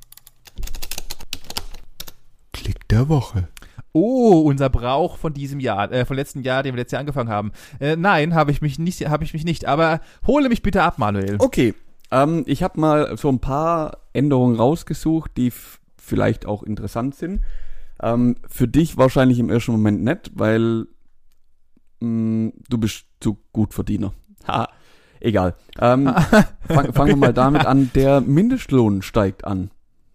[SPEAKER 2] Klick der Woche.
[SPEAKER 1] Oh, unser Brauch von diesem Jahr, von letzten Jahr, den wir letztes Jahr angefangen haben. Nein, habe ich mich nicht, aber hole mich bitte ab, Manuel.
[SPEAKER 2] Okay, ich habe mal so ein paar Änderungen rausgesucht, die vielleicht auch interessant sind. Für dich wahrscheinlich im ersten Moment nicht, weil du bist zu Gutverdiener. Ha, egal. Fangen wir mal damit an, der Mindestlohn steigt an.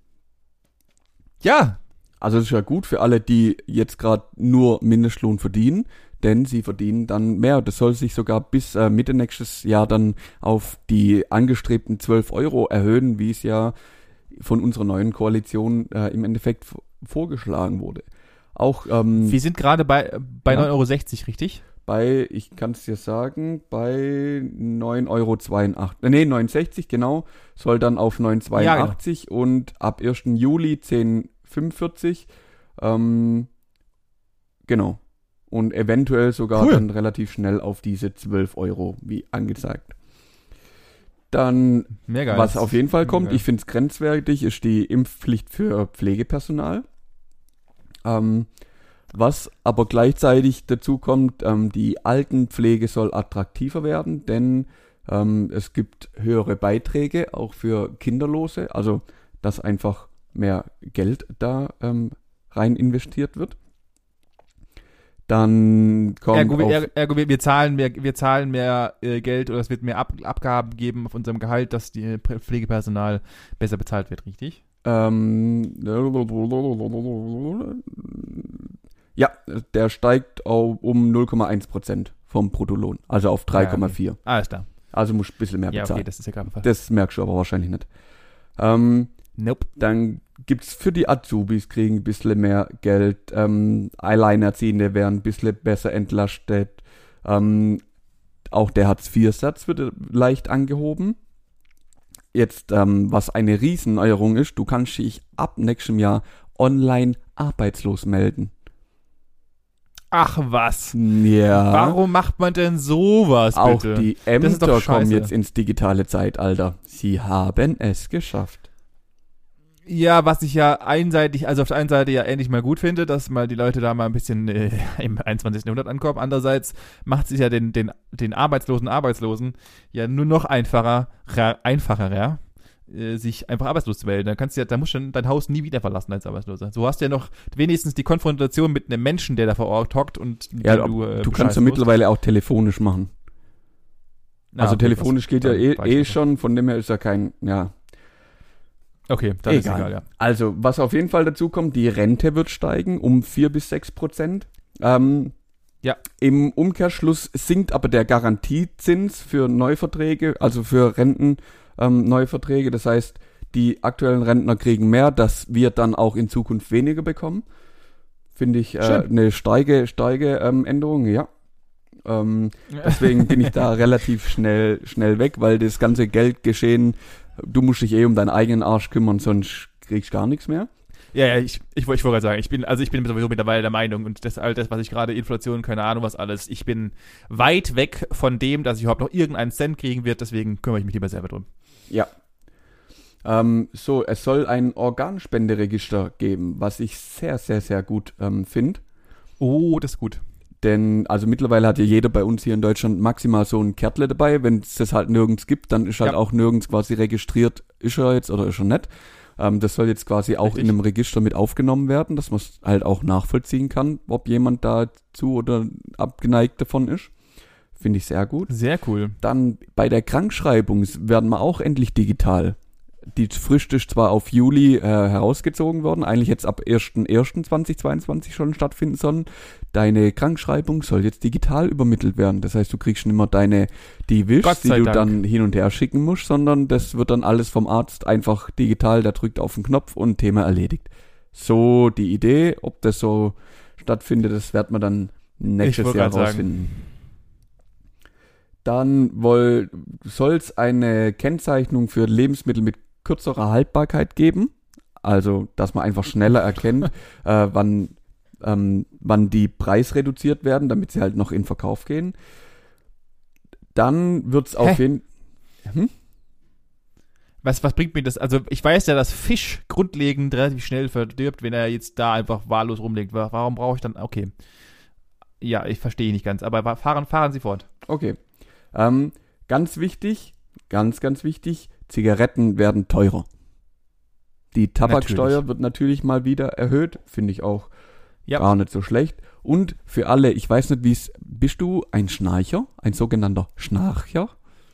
[SPEAKER 1] Ja.
[SPEAKER 2] Also das ist ja gut für alle, die jetzt gerade nur Mindestlohn verdienen, denn sie verdienen dann mehr. Das soll sich sogar bis Mitte nächstes Jahr dann auf die angestrebten 12 Euro erhöhen, wie es ja von unserer neuen Koalition im Endeffekt vorgeschlagen wurde. Auch
[SPEAKER 1] wir sind gerade bei 9,60 Euro, richtig?
[SPEAKER 2] Ich kann es dir sagen, bei 9,82 Euro. Nee, 9,60 genau, soll dann auf 9,82
[SPEAKER 1] ja, genau.
[SPEAKER 2] Und ab 1. Juli 10,45. Genau. Und eventuell sogar dann relativ schnell auf diese 12 Euro, wie angezeigt. Dann, was auf jeden Fall kommt, ich finde es grenzwertig, ist die Impfpflicht für Pflegepersonal. Was aber gleichzeitig dazu kommt, die Altenpflege soll attraktiver werden, denn es gibt höhere Beiträge, auch für Kinderlose, also dass einfach mehr Geld da rein investiert wird. Dann kommt
[SPEAKER 1] wir zahlen mehr Geld oder es wird mehr Abgaben geben auf unserem Gehalt, dass die Pflegepersonal besser bezahlt wird, richtig?
[SPEAKER 2] Ja, der steigt um 0,1% vom Bruttolohn, also auf 3,4.
[SPEAKER 1] Okay. Alles klar.
[SPEAKER 2] Also musst du ein bisschen mehr bezahlen.
[SPEAKER 1] Ja, okay, das ist ja gerade Fall.
[SPEAKER 2] Das merkst du aber wahrscheinlich nicht.
[SPEAKER 1] Nope.
[SPEAKER 2] Dann gibt's für die Azubis, kriegen ein bisschen mehr Geld, Alleinerziehende werden ein bisschen besser entlastet, auch der Hartz-IV-Satz wird leicht angehoben. Jetzt, was eine Riesenneuerung ist, du kannst dich ab nächstem Jahr online arbeitslos melden.
[SPEAKER 1] Ach was.
[SPEAKER 2] Ja.
[SPEAKER 1] Warum macht man denn sowas, bitte?
[SPEAKER 2] Auch die Ämter kommen jetzt ins digitale Zeitalter. Sie haben es geschafft.
[SPEAKER 1] Ja, was ich ja auf der einen Seite ja endlich mal gut finde, dass mal die Leute da mal ein bisschen im 21. Jahrhundert ankommen. Andererseits macht es ja den Arbeitslosen ja nur noch einfacher, sich einfach arbeitslos zu melden. Da musst du dein Haus nie wieder verlassen als Arbeitsloser. So hast du ja noch wenigstens die Konfrontation mit einem Menschen, der da vor Ort hockt und
[SPEAKER 2] ja, du kannst ja mittlerweile auch telefonisch machen. Also okay, telefonisch geht ja schon, von dem her ist ja kein, ja.
[SPEAKER 1] Okay, dann ist egal, ja.
[SPEAKER 2] Also, was auf jeden Fall dazu kommt, die Rente wird steigen um 4-6%.
[SPEAKER 1] Ja.
[SPEAKER 2] Im Umkehrschluss sinkt aber der Garantiezins für Neuverträge, also für Renten, Neuverträge. Das heißt, die aktuellen Rentner kriegen mehr, dass wir dann auch in Zukunft weniger bekommen. Finde ich eine steige Änderung, ja. Deswegen bin ich da relativ schnell weg, weil das ganze Geldgeschehen, du musst dich um deinen eigenen Arsch kümmern, sonst kriegst du gar nichts mehr.
[SPEAKER 1] Ja, ich wollte gerade sagen, ich bin sowieso mittlerweile der Meinung und das, was ich gerade, Inflation, keine Ahnung was alles, ich bin weit weg von dem, dass ich überhaupt noch irgendeinen Cent kriegen wird, deswegen kümmere ich mich lieber selber drum.
[SPEAKER 2] Ja. Es soll ein Organspenderegister geben, was ich sehr, sehr, sehr gut finde.
[SPEAKER 1] Oh, das ist gut.
[SPEAKER 2] Denn, also mittlerweile hat ja jeder bei uns hier in Deutschland maximal so ein Kärtle dabei. Wenn es das halt nirgends gibt, dann ist halt auch nirgends quasi registriert, ist er jetzt oder ist er nicht. Das soll jetzt quasi auch in einem Register mit aufgenommen werden, dass man es halt auch nachvollziehen kann, ob jemand da zu oder abgeneigt davon ist. Finde ich sehr gut.
[SPEAKER 1] Sehr cool.
[SPEAKER 2] Dann bei der Krankschreibung werden wir auch endlich digital. Die Frist ist zwar auf Juli herausgezogen worden, eigentlich jetzt ab 1.1.2022 schon stattfinden sollen. Deine Krankschreibung soll jetzt digital übermittelt werden. Das heißt, du kriegst nicht mehr die Wisch, die du dann hin und her schicken musst, sondern das wird dann alles vom Arzt einfach digital, der drückt auf den Knopf und Thema erledigt. So die Idee, ob das so stattfindet, das wird man dann nächstes Jahr rausfinden. Dann soll es eine Kennzeichnung für Lebensmittel mit kürzerer Haltbarkeit geben. Also, dass man einfach schneller erkennt, wann die preisreduziert werden, damit sie halt noch in Verkauf gehen. Dann wird es auf jeden Fall...
[SPEAKER 1] Was bringt mir das? Also, ich weiß ja, dass Fisch grundlegend relativ schnell verdirbt, wenn er jetzt da einfach wahllos rumliegt. Warum brauche ich dann... Okay. Ja, ich verstehe nicht ganz, aber fahren Sie fort.
[SPEAKER 2] Okay. Ganz wichtig, ganz wichtig, Zigaretten werden teurer. Die Tabaksteuer wird natürlich mal wieder erhöht, finde ich auch gar nicht so schlecht. Und für alle, ich weiß nicht, bist du ein Schnarcher? Ein sogenannter Schnarcher?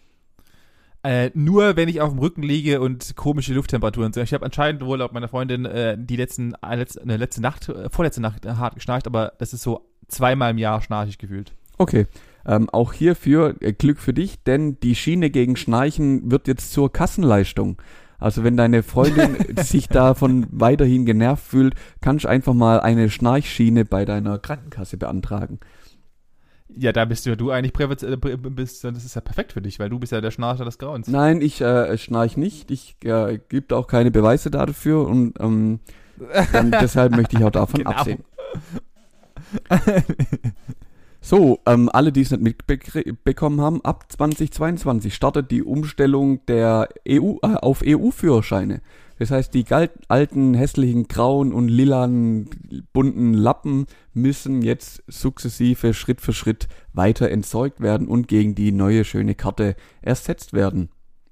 [SPEAKER 1] Nur wenn ich auf dem Rücken liege und komische Lufttemperaturen sind. Ich habe anscheinend wohl laut meiner Freundin vorletzte Nacht hart geschnarcht, aber das ist so 2-mal im Jahr schnarchig gefühlt.
[SPEAKER 2] Okay. Auch hierfür Glück für dich, denn die Schiene gegen Schnarchen wird jetzt zur Kassenleistung. Also wenn deine Freundin sich davon weiterhin genervt fühlt, kannst du einfach mal eine Schnarchschiene bei deiner Krankenkasse beantragen.
[SPEAKER 1] Ja, da bist du eigentlich das ist ja perfekt für dich, weil du bist ja der Schnarcher des Grauens.
[SPEAKER 2] Nein, ich schnarch nicht, ich gibt auch keine Beweise dafür und deshalb möchte ich auch davon absehen. So, alle, die es nicht mitbekommen haben, ab 2022 startet die Umstellung der auf EU-Führerscheine. Das heißt, die alten, hässlichen, grauen und lilanen, bunten Lappen müssen jetzt sukzessive, Schritt für Schritt weiter entsorgt werden und gegen die neue, schöne Karte ersetzt werden.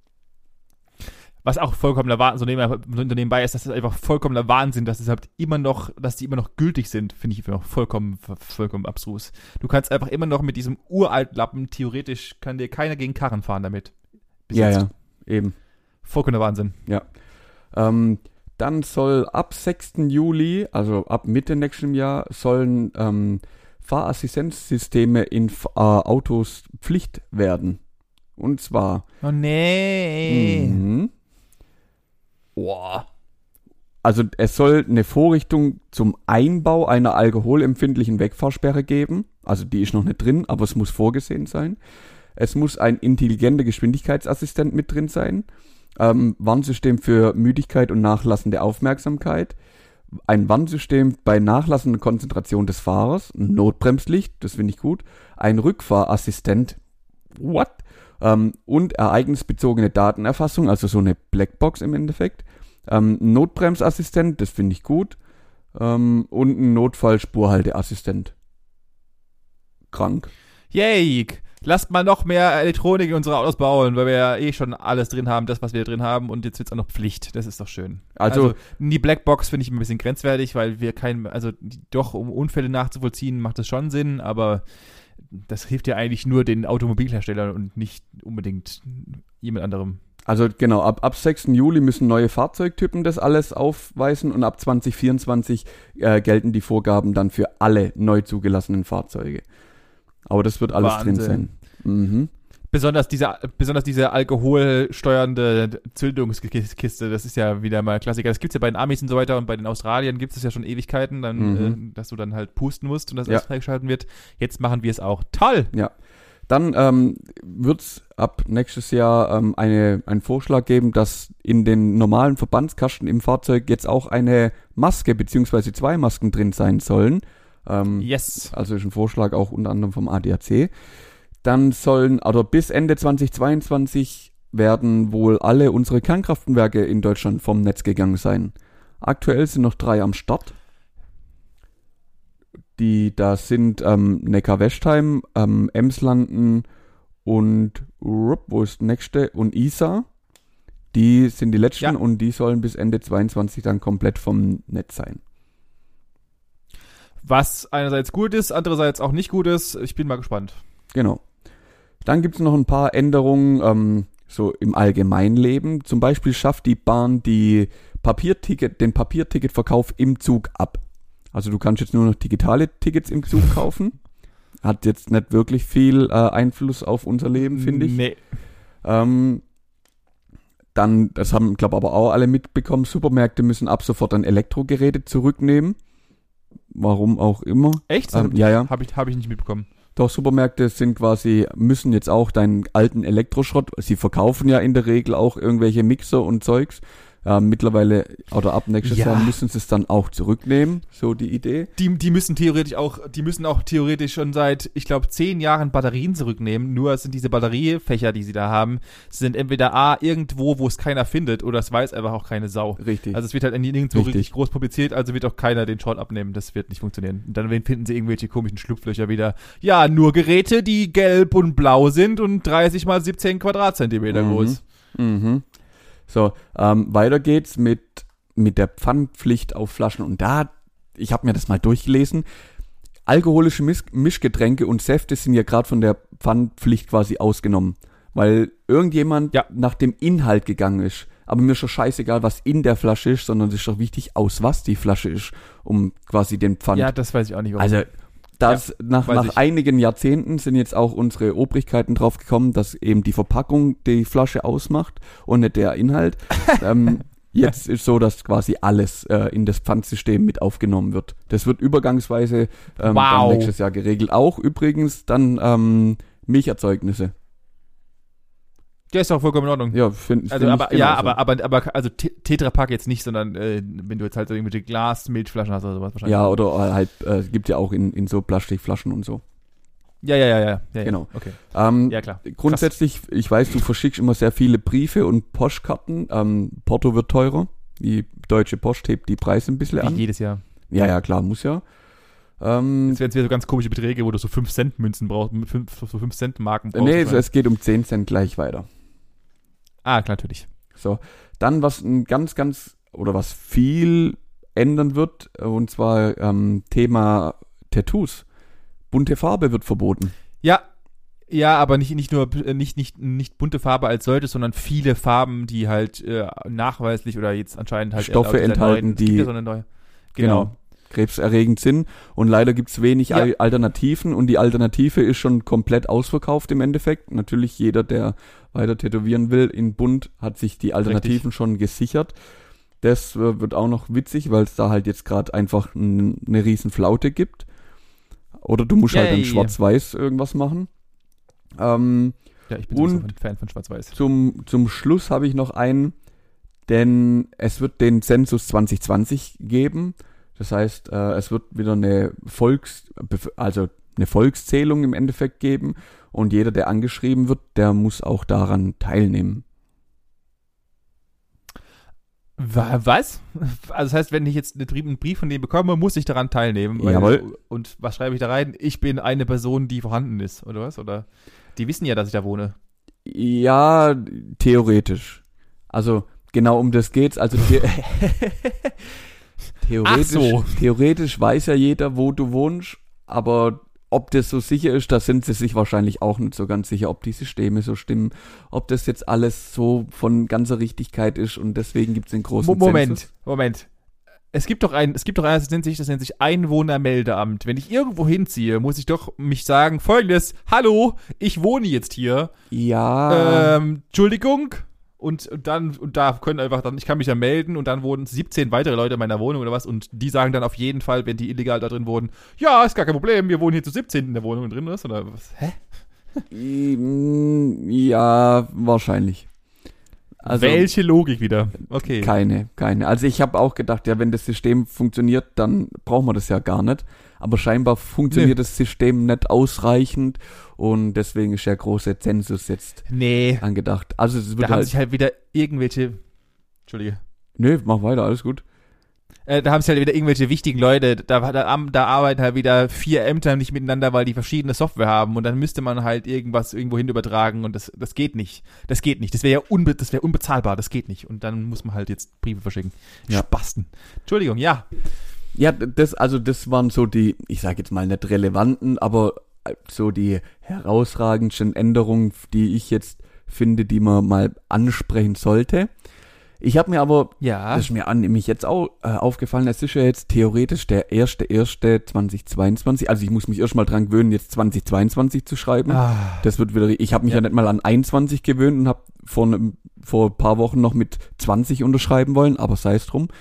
[SPEAKER 1] Was auch vollkommener Wahnsinn, so nebenbei ist, dass es einfach vollkommener Wahnsinn, dass die immer noch gültig sind, finde ich immer noch vollkommen abstrus. Du kannst einfach immer noch mit diesem uralten Lappen, theoretisch kann dir keiner gegen Karren fahren damit.
[SPEAKER 2] Ja, eben.
[SPEAKER 1] Vollkommener Wahnsinn.
[SPEAKER 2] Ja. Dann soll ab 6. Juli, also ab Mitte nächsten Jahr, sollen Fahrassistenzsysteme in Autos Pflicht werden. Und zwar...
[SPEAKER 1] Oh nee.
[SPEAKER 2] Boah. Also es soll eine Vorrichtung zum Einbau einer alkoholempfindlichen Wegfahrsperre geben. Also die ist noch nicht drin, aber es muss vorgesehen sein. Es muss ein intelligenter Geschwindigkeitsassistent mit drin sein. Warnsystem für Müdigkeit und nachlassende Aufmerksamkeit. Ein Warnsystem bei nachlassender Konzentration des Fahrers. Ein Notbremslicht, das finde ich gut. Ein Rückfahrassistent. What? Und ereignisbezogene Datenerfassung, also so eine Blackbox im Endeffekt. Notbremsassistent, das finde ich gut. Und ein Notfallspurhalteassistent. Krank.
[SPEAKER 1] Yay! Lasst mal noch mehr Elektronik in unsere Autos bauen, weil wir ja schon alles drin haben, das, was wir drin haben, und jetzt wird es auch noch Pflicht. Das ist doch schön. Also die Blackbox finde ich ein bisschen grenzwertig, weil wir doch um Unfälle nachzuvollziehen, macht das schon Sinn, aber das hilft ja eigentlich nur den Automobilherstellern und nicht unbedingt jemand anderem.
[SPEAKER 2] Also genau, ab 6. Juli müssen neue Fahrzeugtypen das alles aufweisen und ab 2024 gelten die Vorgaben dann für alle neu zugelassenen Fahrzeuge. Aber das wird alles
[SPEAKER 1] Wahnsinn
[SPEAKER 2] drin sein. Mhm.
[SPEAKER 1] Besonders diese alkoholsteuernde Zündungskiste, das ist ja wieder mal Klassiker. Das gibt es ja bei den Amis und so weiter und bei den Australiern gibt es ja schon Ewigkeiten, dass du dann halt pusten musst und das alles freigeschalten wird. Jetzt machen wir es auch. Toll!
[SPEAKER 2] Ja. Dann wird es ab nächstes Jahr einen Vorschlag geben, dass in den normalen Verbandskasten im Fahrzeug jetzt auch eine Maske bzw. 2 Masken drin sein sollen.
[SPEAKER 1] Yes.
[SPEAKER 2] Also ist ein Vorschlag auch unter anderem vom ADAC. Dann bis Ende 2022 werden wohl alle unsere Kernkraftwerke in Deutschland vom Netz gegangen sein. Aktuell sind noch 3 am Start. Da sind Neckar-Westheim, Emslanden und wo ist das nächste? Und Isar. Die sind die letzten und die sollen bis Ende 22 dann komplett vom Netz sein.
[SPEAKER 1] Was einerseits gut ist, andererseits auch nicht gut ist. Ich bin mal gespannt.
[SPEAKER 2] Genau. Dann gibt es noch ein paar Änderungen so im Allgemeinleben. Zum Beispiel schafft die Bahn den Papierticketverkauf im Zug ab. Also du kannst jetzt nur noch digitale Tickets im Zug kaufen. Hat jetzt nicht wirklich viel Einfluss auf unser Leben, finde ich.
[SPEAKER 1] Nee.
[SPEAKER 2] Dann, das haben, glaube ich, aber auch alle mitbekommen, Supermärkte müssen ab sofort dann Elektrogeräte zurücknehmen. Warum auch immer.
[SPEAKER 1] Echt?
[SPEAKER 2] Ja.
[SPEAKER 1] Hab ich nicht mitbekommen.
[SPEAKER 2] Doch, Supermärkte müssen jetzt auch deinen alten Elektroschrott, sie verkaufen ja in der Regel auch irgendwelche Mixer und Zeugs. Mittlerweile oder ab nächstes Jahr müssen sie es dann auch zurücknehmen, so die Idee.
[SPEAKER 1] Die müssen auch theoretisch schon seit, ich glaube, 10 Jahren Batterien zurücknehmen. Nur sind diese Batteriefächer, die sie da haben, sind entweder irgendwo, wo es keiner findet, oder es weiß einfach auch keine Sau.
[SPEAKER 2] Richtig.
[SPEAKER 1] Also es wird halt nirgendwo richtig groß publiziert, also wird auch keiner den Schrott abnehmen. Das wird nicht funktionieren. Und dann finden sie irgendwelche komischen Schlupflöcher wieder. Ja, nur Geräte, die gelb und blau sind und 30 mal 17 Quadratzentimeter groß.
[SPEAKER 2] Mhm. So, weiter geht's mit der Pfandpflicht auf Flaschen. Und ich habe mir das mal durchgelesen, alkoholische Mischgetränke und Säfte sind ja gerade von der Pfandpflicht quasi ausgenommen, weil irgendjemand nach dem Inhalt gegangen ist. Aber mir ist schon scheißegal, was in der Flasche ist, sondern es ist doch wichtig, aus was die Flasche ist, um quasi den Pfand...
[SPEAKER 1] Ja, das weiß ich auch nicht. Warum.
[SPEAKER 2] Also nach einigen Jahrzehnten sind jetzt auch unsere Obrigkeiten drauf gekommen, dass eben die Verpackung die Flasche ausmacht und nicht der Inhalt. Jetzt ist so, dass quasi alles in das Pfandsystem mit aufgenommen wird. Das wird übergangsweise dann nächstes Jahr geregelt. Auch übrigens dann Milcherzeugnisse.
[SPEAKER 1] Der ist auch vollkommen in Ordnung.
[SPEAKER 2] Ja, finde
[SPEAKER 1] also, aber also Tetra Pak jetzt nicht, sondern wenn du jetzt halt so irgendwelche Glas-Milchflaschen hast oder sowas wahrscheinlich.
[SPEAKER 2] Ja, oder halt, gibt ja auch in so Plastikflaschen und so.
[SPEAKER 1] Ja.
[SPEAKER 2] Genau.
[SPEAKER 1] Okay.
[SPEAKER 2] Ja, klar. Grundsätzlich, ich weiß, du verschickst immer sehr viele Briefe und Postkarten. Porto wird teurer. Die Deutsche Post hebt die Preise ein bisschen an.
[SPEAKER 1] Wie jedes Jahr.
[SPEAKER 2] Ja, klar, muss ja.
[SPEAKER 1] Jetzt werden es wieder so ganz komische Beträge, wo du so 5-Cent-Münzen brauchst, 5-Cent-Marken brauchst.
[SPEAKER 2] Nee, es geht um 10 Cent gleich weiter.
[SPEAKER 1] Ah, klar, natürlich.
[SPEAKER 2] So, dann was was viel ändern wird, und zwar Thema Tattoos. Bunte Farbe wird verboten.
[SPEAKER 1] Ja, aber nicht bunte Farbe als solches, sondern viele Farben, die halt nachweislich oder jetzt anscheinend halt
[SPEAKER 2] Stoffe enthalten, die
[SPEAKER 1] genau
[SPEAKER 2] krebserregend sind, und leider gibt es wenig Alternativen, und die Alternative ist schon komplett ausverkauft im Endeffekt. Natürlich jeder, der weiter tätowieren will in bunt, hat sich die Alternativen schon gesichert. Das wird auch noch witzig, weil es da halt jetzt gerade einfach eine riesen Flaute gibt. Oder du musst halt dann schwarz-weiß irgendwas machen.
[SPEAKER 1] Ja, ich bin sowieso ein Fan von schwarz-weiß.
[SPEAKER 2] Zum Schluss habe ich noch einen, denn es wird den Zensus 2020 geben. Das heißt, es wird wieder eine Volkszählung im Endeffekt geben, und jeder, der angeschrieben wird, der muss auch daran teilnehmen.
[SPEAKER 1] Was? Also das heißt, wenn ich jetzt einen Brief von denen bekomme, muss ich daran teilnehmen.
[SPEAKER 2] Jawohl.
[SPEAKER 1] Und was schreibe ich da rein? Ich bin eine Person, die vorhanden ist, oder was? Oder die wissen ja, dass ich da wohne.
[SPEAKER 2] Ja, theoretisch. Also genau um das geht's. Also theoretisch weiß ja jeder, wo du wohnst, aber ob das so sicher ist, da sind sie sich wahrscheinlich auch nicht so ganz sicher, ob die Systeme so stimmen, ob das jetzt alles so von ganzer Richtigkeit ist, und deswegen gibt es den großen Zensus.
[SPEAKER 1] Moment. Es gibt doch eines, das nennt sich Einwohnermeldeamt. Wenn ich irgendwo hinziehe, muss ich doch mich sagen, Folgendes: Hallo, ich wohne jetzt hier.
[SPEAKER 2] Ja.
[SPEAKER 1] Entschuldigung. Und da können einfach dann, ich kann mich ja melden, und dann wohnen 17 weitere Leute in meiner Wohnung oder was, und die sagen dann auf jeden Fall, wenn die illegal da drin wohnen, ja, ist gar kein Problem, wir wohnen hier zu 17 in der Wohnung drin, oder was? Hä?
[SPEAKER 2] Ja, wahrscheinlich. Also,
[SPEAKER 1] welche Logik wieder? Okay.
[SPEAKER 2] Keine. Also ich habe auch gedacht, ja, wenn das System funktioniert, dann braucht man das ja gar nicht. Aber scheinbar funktioniert das System nicht ausreichend, und deswegen ist der große Zensus jetzt angedacht. Also es wird
[SPEAKER 1] da haben sich halt wieder irgendwelche... Entschuldige.
[SPEAKER 2] Nee, mach weiter, alles gut.
[SPEAKER 1] Da haben sie halt wieder irgendwelche wichtigen Leute, da arbeiten halt wieder 4 Ämter nicht miteinander, weil die verschiedene Software haben und dann müsste man halt irgendwas irgendwo hin übertragen und das geht nicht. Das geht nicht. Das wäre ja das wäre unbezahlbar, das geht nicht. Und dann muss man halt jetzt Briefe verschicken.
[SPEAKER 2] Ja.
[SPEAKER 1] Spasten. Entschuldigung, ja.
[SPEAKER 2] Ja, das waren so die, ich sage jetzt mal nicht relevanten, aber so die herausragendsten Änderungen, die ich jetzt finde, die man mal ansprechen sollte. Ich habe mir aber, das ist mir nämlich jetzt auch aufgefallen, es ist ja jetzt theoretisch der 1.1.2022, also ich muss mich erstmal dran gewöhnen, jetzt 2022 zu schreiben. Das wird wieder, ich habe mich ja nicht mal an 21 gewöhnt und habe vor ein paar Wochen noch mit 20 unterschreiben wollen, aber sei es drum.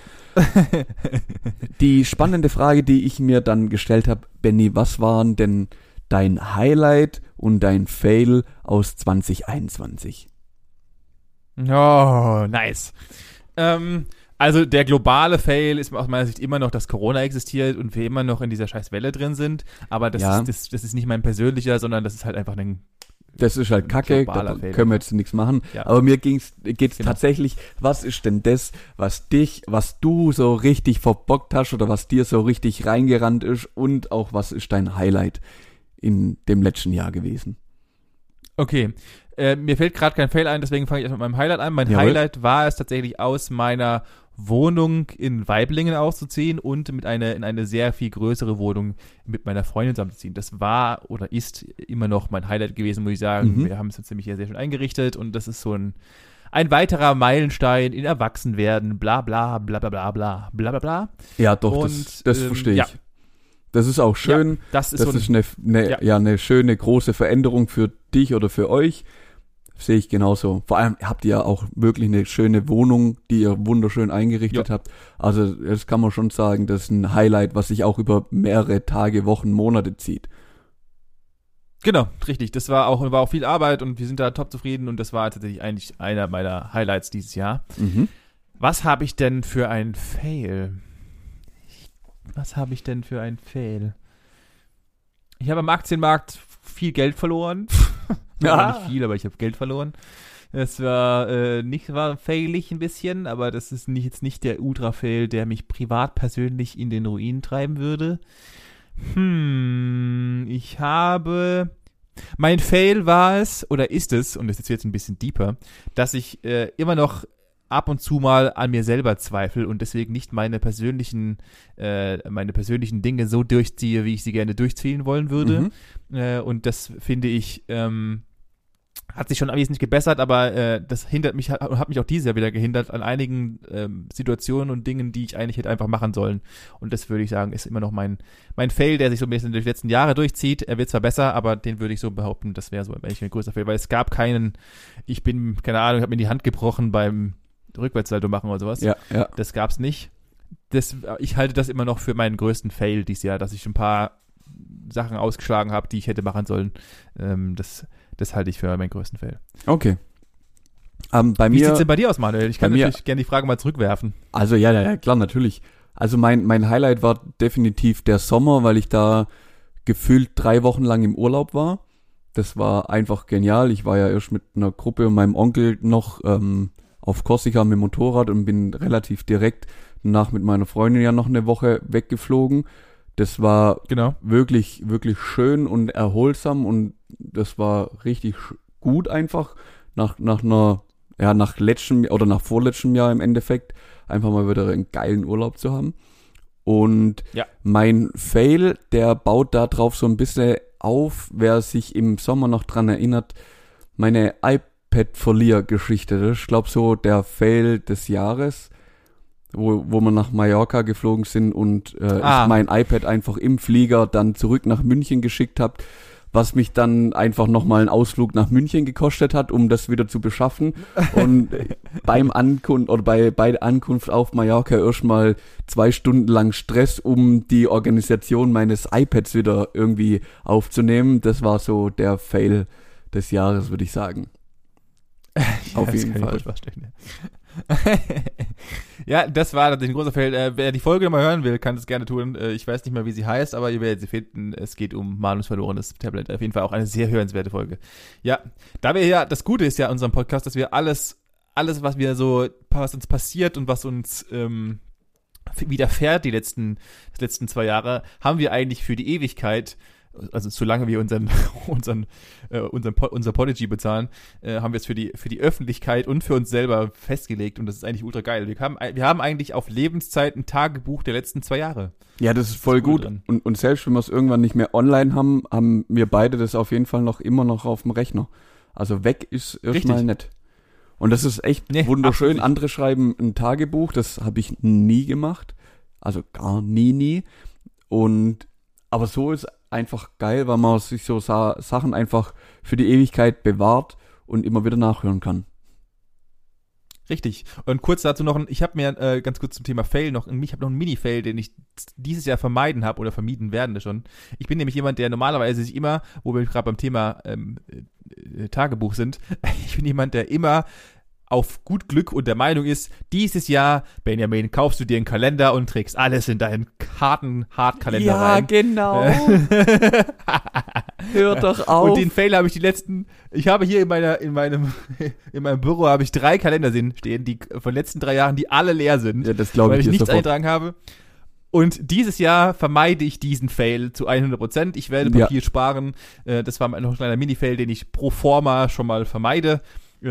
[SPEAKER 2] Die spannende Frage, die ich mir dann gestellt habe, Benni, was waren denn dein Highlight und dein Fail aus 2021?
[SPEAKER 1] Oh, nice. Also der globale Fail ist aus meiner Sicht immer noch, dass Corona existiert und wir immer noch in dieser scheiß Welle drin sind. Aber das ist nicht mein persönlicher, sondern das ist halt einfach
[SPEAKER 2] das ist halt Kacke, da können wir jetzt nichts machen.
[SPEAKER 1] Ja.
[SPEAKER 2] Aber mir geht's tatsächlich, was ist denn das, was du so richtig verbockt hast oder was dir so richtig reingerannt ist und auch was ist dein Highlight in dem letzten Jahr gewesen?
[SPEAKER 1] Okay, mir fällt gerade kein Fail ein, deswegen fange ich erst mit meinem Highlight an. Mein Highlight war es tatsächlich, aus meiner Wohnung in Waiblingen auszuziehen und in eine sehr viel größere Wohnung mit meiner Freundin zusammenzuziehen. Das war oder ist immer noch mein Highlight gewesen, muss ich sagen. Wir haben es jetzt nämlich sehr schön eingerichtet und das ist so ein weiterer Meilenstein in Erwachsenwerden, bla bla bla bla bla bla bla bla.
[SPEAKER 2] Ja, doch, und, das verstehe ich. Ja. Das ist auch schön.
[SPEAKER 1] Ja, das ist
[SPEAKER 2] eine schöne große Veränderung für dich oder für euch. Sehe ich genauso. Vor allem habt ihr ja auch wirklich eine schöne Wohnung, die ihr wunderschön eingerichtet habt. Also das kann man schon sagen, das ist ein Highlight, was sich auch über mehrere Tage, Wochen, Monate zieht.
[SPEAKER 1] Genau, richtig. Das war auch viel Arbeit und wir sind da top zufrieden und das war tatsächlich eigentlich einer meiner Highlights dieses Jahr. Was habe ich denn für ein Fail? Ich habe am Aktienmarkt viel Geld verloren. Nicht viel, aber ich habe Geld verloren. Das war failig ein bisschen, aber das ist jetzt nicht der Ultra-Fail, der mich privat persönlich in den Ruin treiben würde. Mein Fail war es, oder ist es, und das ist jetzt ein bisschen deeper, dass ich immer noch ab und zu mal an mir selber zweifle und deswegen nicht meine persönlichen Dinge so durchziehe, wie ich sie gerne durchziehen wollen würde. Und das finde ich, hat sich schon wesentlich gebessert, aber das hindert mich, hat mich auch dieses Jahr wieder gehindert an einigen Situationen und Dingen, die ich eigentlich hätte einfach machen sollen. Und das würde ich sagen, ist immer noch mein Fail, der sich so ein bisschen durch die letzten Jahre durchzieht. Er wird zwar besser, aber den würde ich so behaupten, das wäre so eigentlich ein größer Fail, weil es gab keinen, keine Ahnung, ich habe mir die Hand gebrochen beim Rückwärtssalto machen oder sowas.
[SPEAKER 2] Ja.
[SPEAKER 1] Das gab's nicht. Ich halte das immer noch für meinen größten Fail dieses Jahr, dass ich ein paar Sachen ausgeschlagen habe, die ich hätte machen sollen. Das halte ich für meinen größten Fail.
[SPEAKER 2] Okay.
[SPEAKER 1] Wie sieht es denn bei dir aus, Manuel? Ich kann natürlich gerne die Frage mal zurückwerfen.
[SPEAKER 2] Also ja, klar, natürlich. Also mein Highlight war definitiv der Sommer, weil ich da gefühlt 3 Wochen lang im Urlaub war. Das war einfach genial. Ich war ja erst mit einer Gruppe und meinem Onkel noch auf Korsika mit dem Motorrad und bin relativ direkt danach mit meiner Freundin ja noch eine Woche weggeflogen. Das war wirklich, wirklich schön und erholsam und das war richtig gut einfach nach letztem oder nach vorletztem Jahr im Endeffekt einfach mal wieder einen geilen Urlaub zu haben. Und mein Fail, der baut da drauf so ein bisschen auf, wer sich im Sommer noch dran erinnert, meine iPad-Verlier-Geschichte. Das ist, ich glaube, so der Fail des Jahres, wo wir nach Mallorca geflogen sind und ich mein iPad einfach im Flieger dann zurück nach München geschickt habe, was mich dann einfach nochmal einen Ausflug nach München gekostet hat, um das wieder zu beschaffen. Und bei der Ankunft auf Mallorca erstmal 2 Stunden lang Stress, um die Organisation meines iPads wieder irgendwie aufzunehmen. Das war so der Fail des Jahres, würde ich sagen. Auf jeden Fall.
[SPEAKER 1] Ja, das war natürlich ein großer Fail. Wer die Folge nochmal hören will, kann das gerne tun. Ich weiß nicht mehr, wie sie heißt, aber ihr werdet sie finden. Es geht um Manus verlorenes Tablet. Auf jeden Fall auch eine sehr hörenswerte Folge. Ja, das Gute ist ja an unserem Podcast, dass wir alles, was uns passiert und was uns widerfährt die letzten 2 Jahre, haben wir eigentlich für die Ewigkeit, also solange wir unser Podigy bezahlen, haben wir es für die Öffentlichkeit und für uns selber festgelegt und das ist eigentlich ultra geil. Wir haben eigentlich auf Lebenszeit ein Tagebuch der letzten 2 Jahre.
[SPEAKER 2] Ja, das ist voll gut. Und selbst wenn wir es irgendwann nicht mehr online haben, haben wir beide das auf jeden Fall immer noch auf dem Rechner. Also weg ist erstmal nett. Und das ist echt wunderschön. Absolut. Andere schreiben ein Tagebuch, das habe ich nie gemacht. Also gar nie. Aber so ist einfach geil, weil man sich so Sachen einfach für die Ewigkeit bewahrt und immer wieder nachhören kann.
[SPEAKER 1] Richtig. Und kurz dazu noch, ich habe mir ganz kurz zum Thema Fail ich habe noch einen Mini-Fail, den ich dieses Jahr vermeiden habe oder vermieden werde schon. Ich bin nämlich jemand, der normalerweise sich immer, wo wir gerade beim Thema Tagebuch sind, ich bin jemand, der immer auf gut Glück und der Meinung ist, dieses Jahr, Benjamin, kaufst du dir einen Kalender und trägst alles in deinen Karten-Hardkalender rein.
[SPEAKER 2] Ja, genau. Hör doch auf.
[SPEAKER 1] Und den Fail habe ich ich habe hier in meinem Büro habe ich 3 Kalender stehen, die von den letzten 3 Jahren, die alle leer sind.
[SPEAKER 2] Ja, das glaube ich.
[SPEAKER 1] Weil ich nichts
[SPEAKER 2] sofort
[SPEAKER 1] eingetragen habe. Und dieses Jahr vermeide ich diesen Fail zu 100%. Ich werde Papier sparen. Das war noch ein kleiner Mini-Fail, den ich pro forma schon mal vermeide.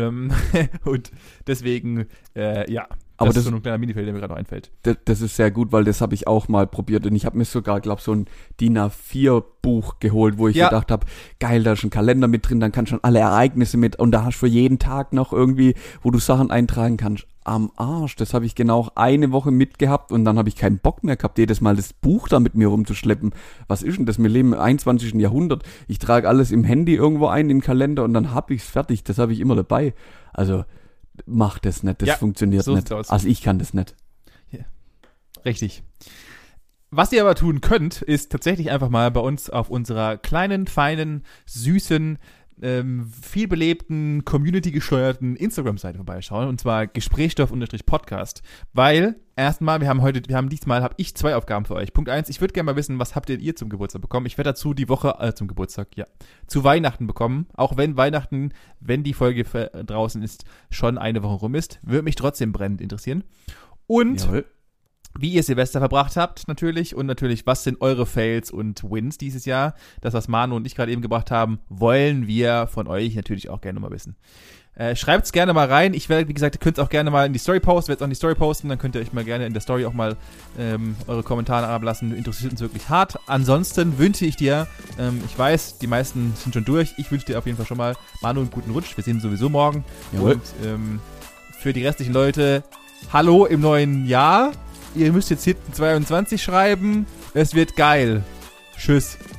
[SPEAKER 1] Und deswegen, aber das ist so ein kleiner Mini-Fail, der mir gerade noch einfällt.
[SPEAKER 2] Das ist sehr gut, weil das habe ich auch mal probiert und ich habe mir sogar, glaube ich, so ein DIN A4-Buch geholt, wo ich gedacht habe, geil, da ist ein Kalender mit drin, dann kannst du schon alle Ereignisse mit und da hast du für jeden Tag noch irgendwie, wo du Sachen eintragen kannst. Am Arsch, das habe ich genau eine Woche mitgehabt und dann habe ich keinen Bock mehr gehabt, jedes Mal das Buch da mit mir rumzuschleppen. Was ist denn das? Wir leben im 21. Jahrhundert. Ich trage alles im Handy irgendwo ein, in den Kalender und dann habe ich es fertig. Das habe ich immer dabei. Also, mach das nicht, das funktioniert so nicht. Also ich kann das nicht.
[SPEAKER 1] Ja. Richtig. Was ihr aber tun könnt, ist tatsächlich einfach mal bei uns auf unserer kleinen, feinen, süßen, viel belebten, community-gesteuerten Instagram-Seite vorbeischauen, und zwar Gesprächsstoff_Podcast, weil erstmal, diesmal habe ich 2 Aufgaben für euch. Punkt 1, ich würde gerne mal wissen, was habt ihr zum Geburtstag bekommen? Ich werde dazu die Woche, zu Weihnachten bekommen, auch wenn Weihnachten, wenn die Folge draußen ist, schon eine Woche rum ist, würde mich trotzdem brennend interessieren. Und wie ihr Silvester verbracht habt natürlich und natürlich, was sind eure Fails und Wins dieses Jahr. Das, was Manu und ich gerade eben gebracht haben, wollen wir von euch natürlich auch gerne mal wissen. Schreibt es gerne mal rein. Ich werde, wie gesagt, ihr könnt es auch gerne mal in die Story posten. Werde es auch in die Story posten, dann könnt ihr euch mal gerne in der Story auch mal eure Kommentare ablassen. Interessiert uns wirklich hart. Ansonsten wünsche ich dir, ich weiß, die meisten sind schon durch, ich wünsche dir auf jeden Fall schon mal, Manu, einen guten Rutsch. Wir sehen uns sowieso morgen.
[SPEAKER 2] Jawohl.
[SPEAKER 1] Und für die restlichen Leute, hallo im neuen Jahr. Ihr müsst jetzt hinten 22 schreiben. Es wird geil. Tschüss.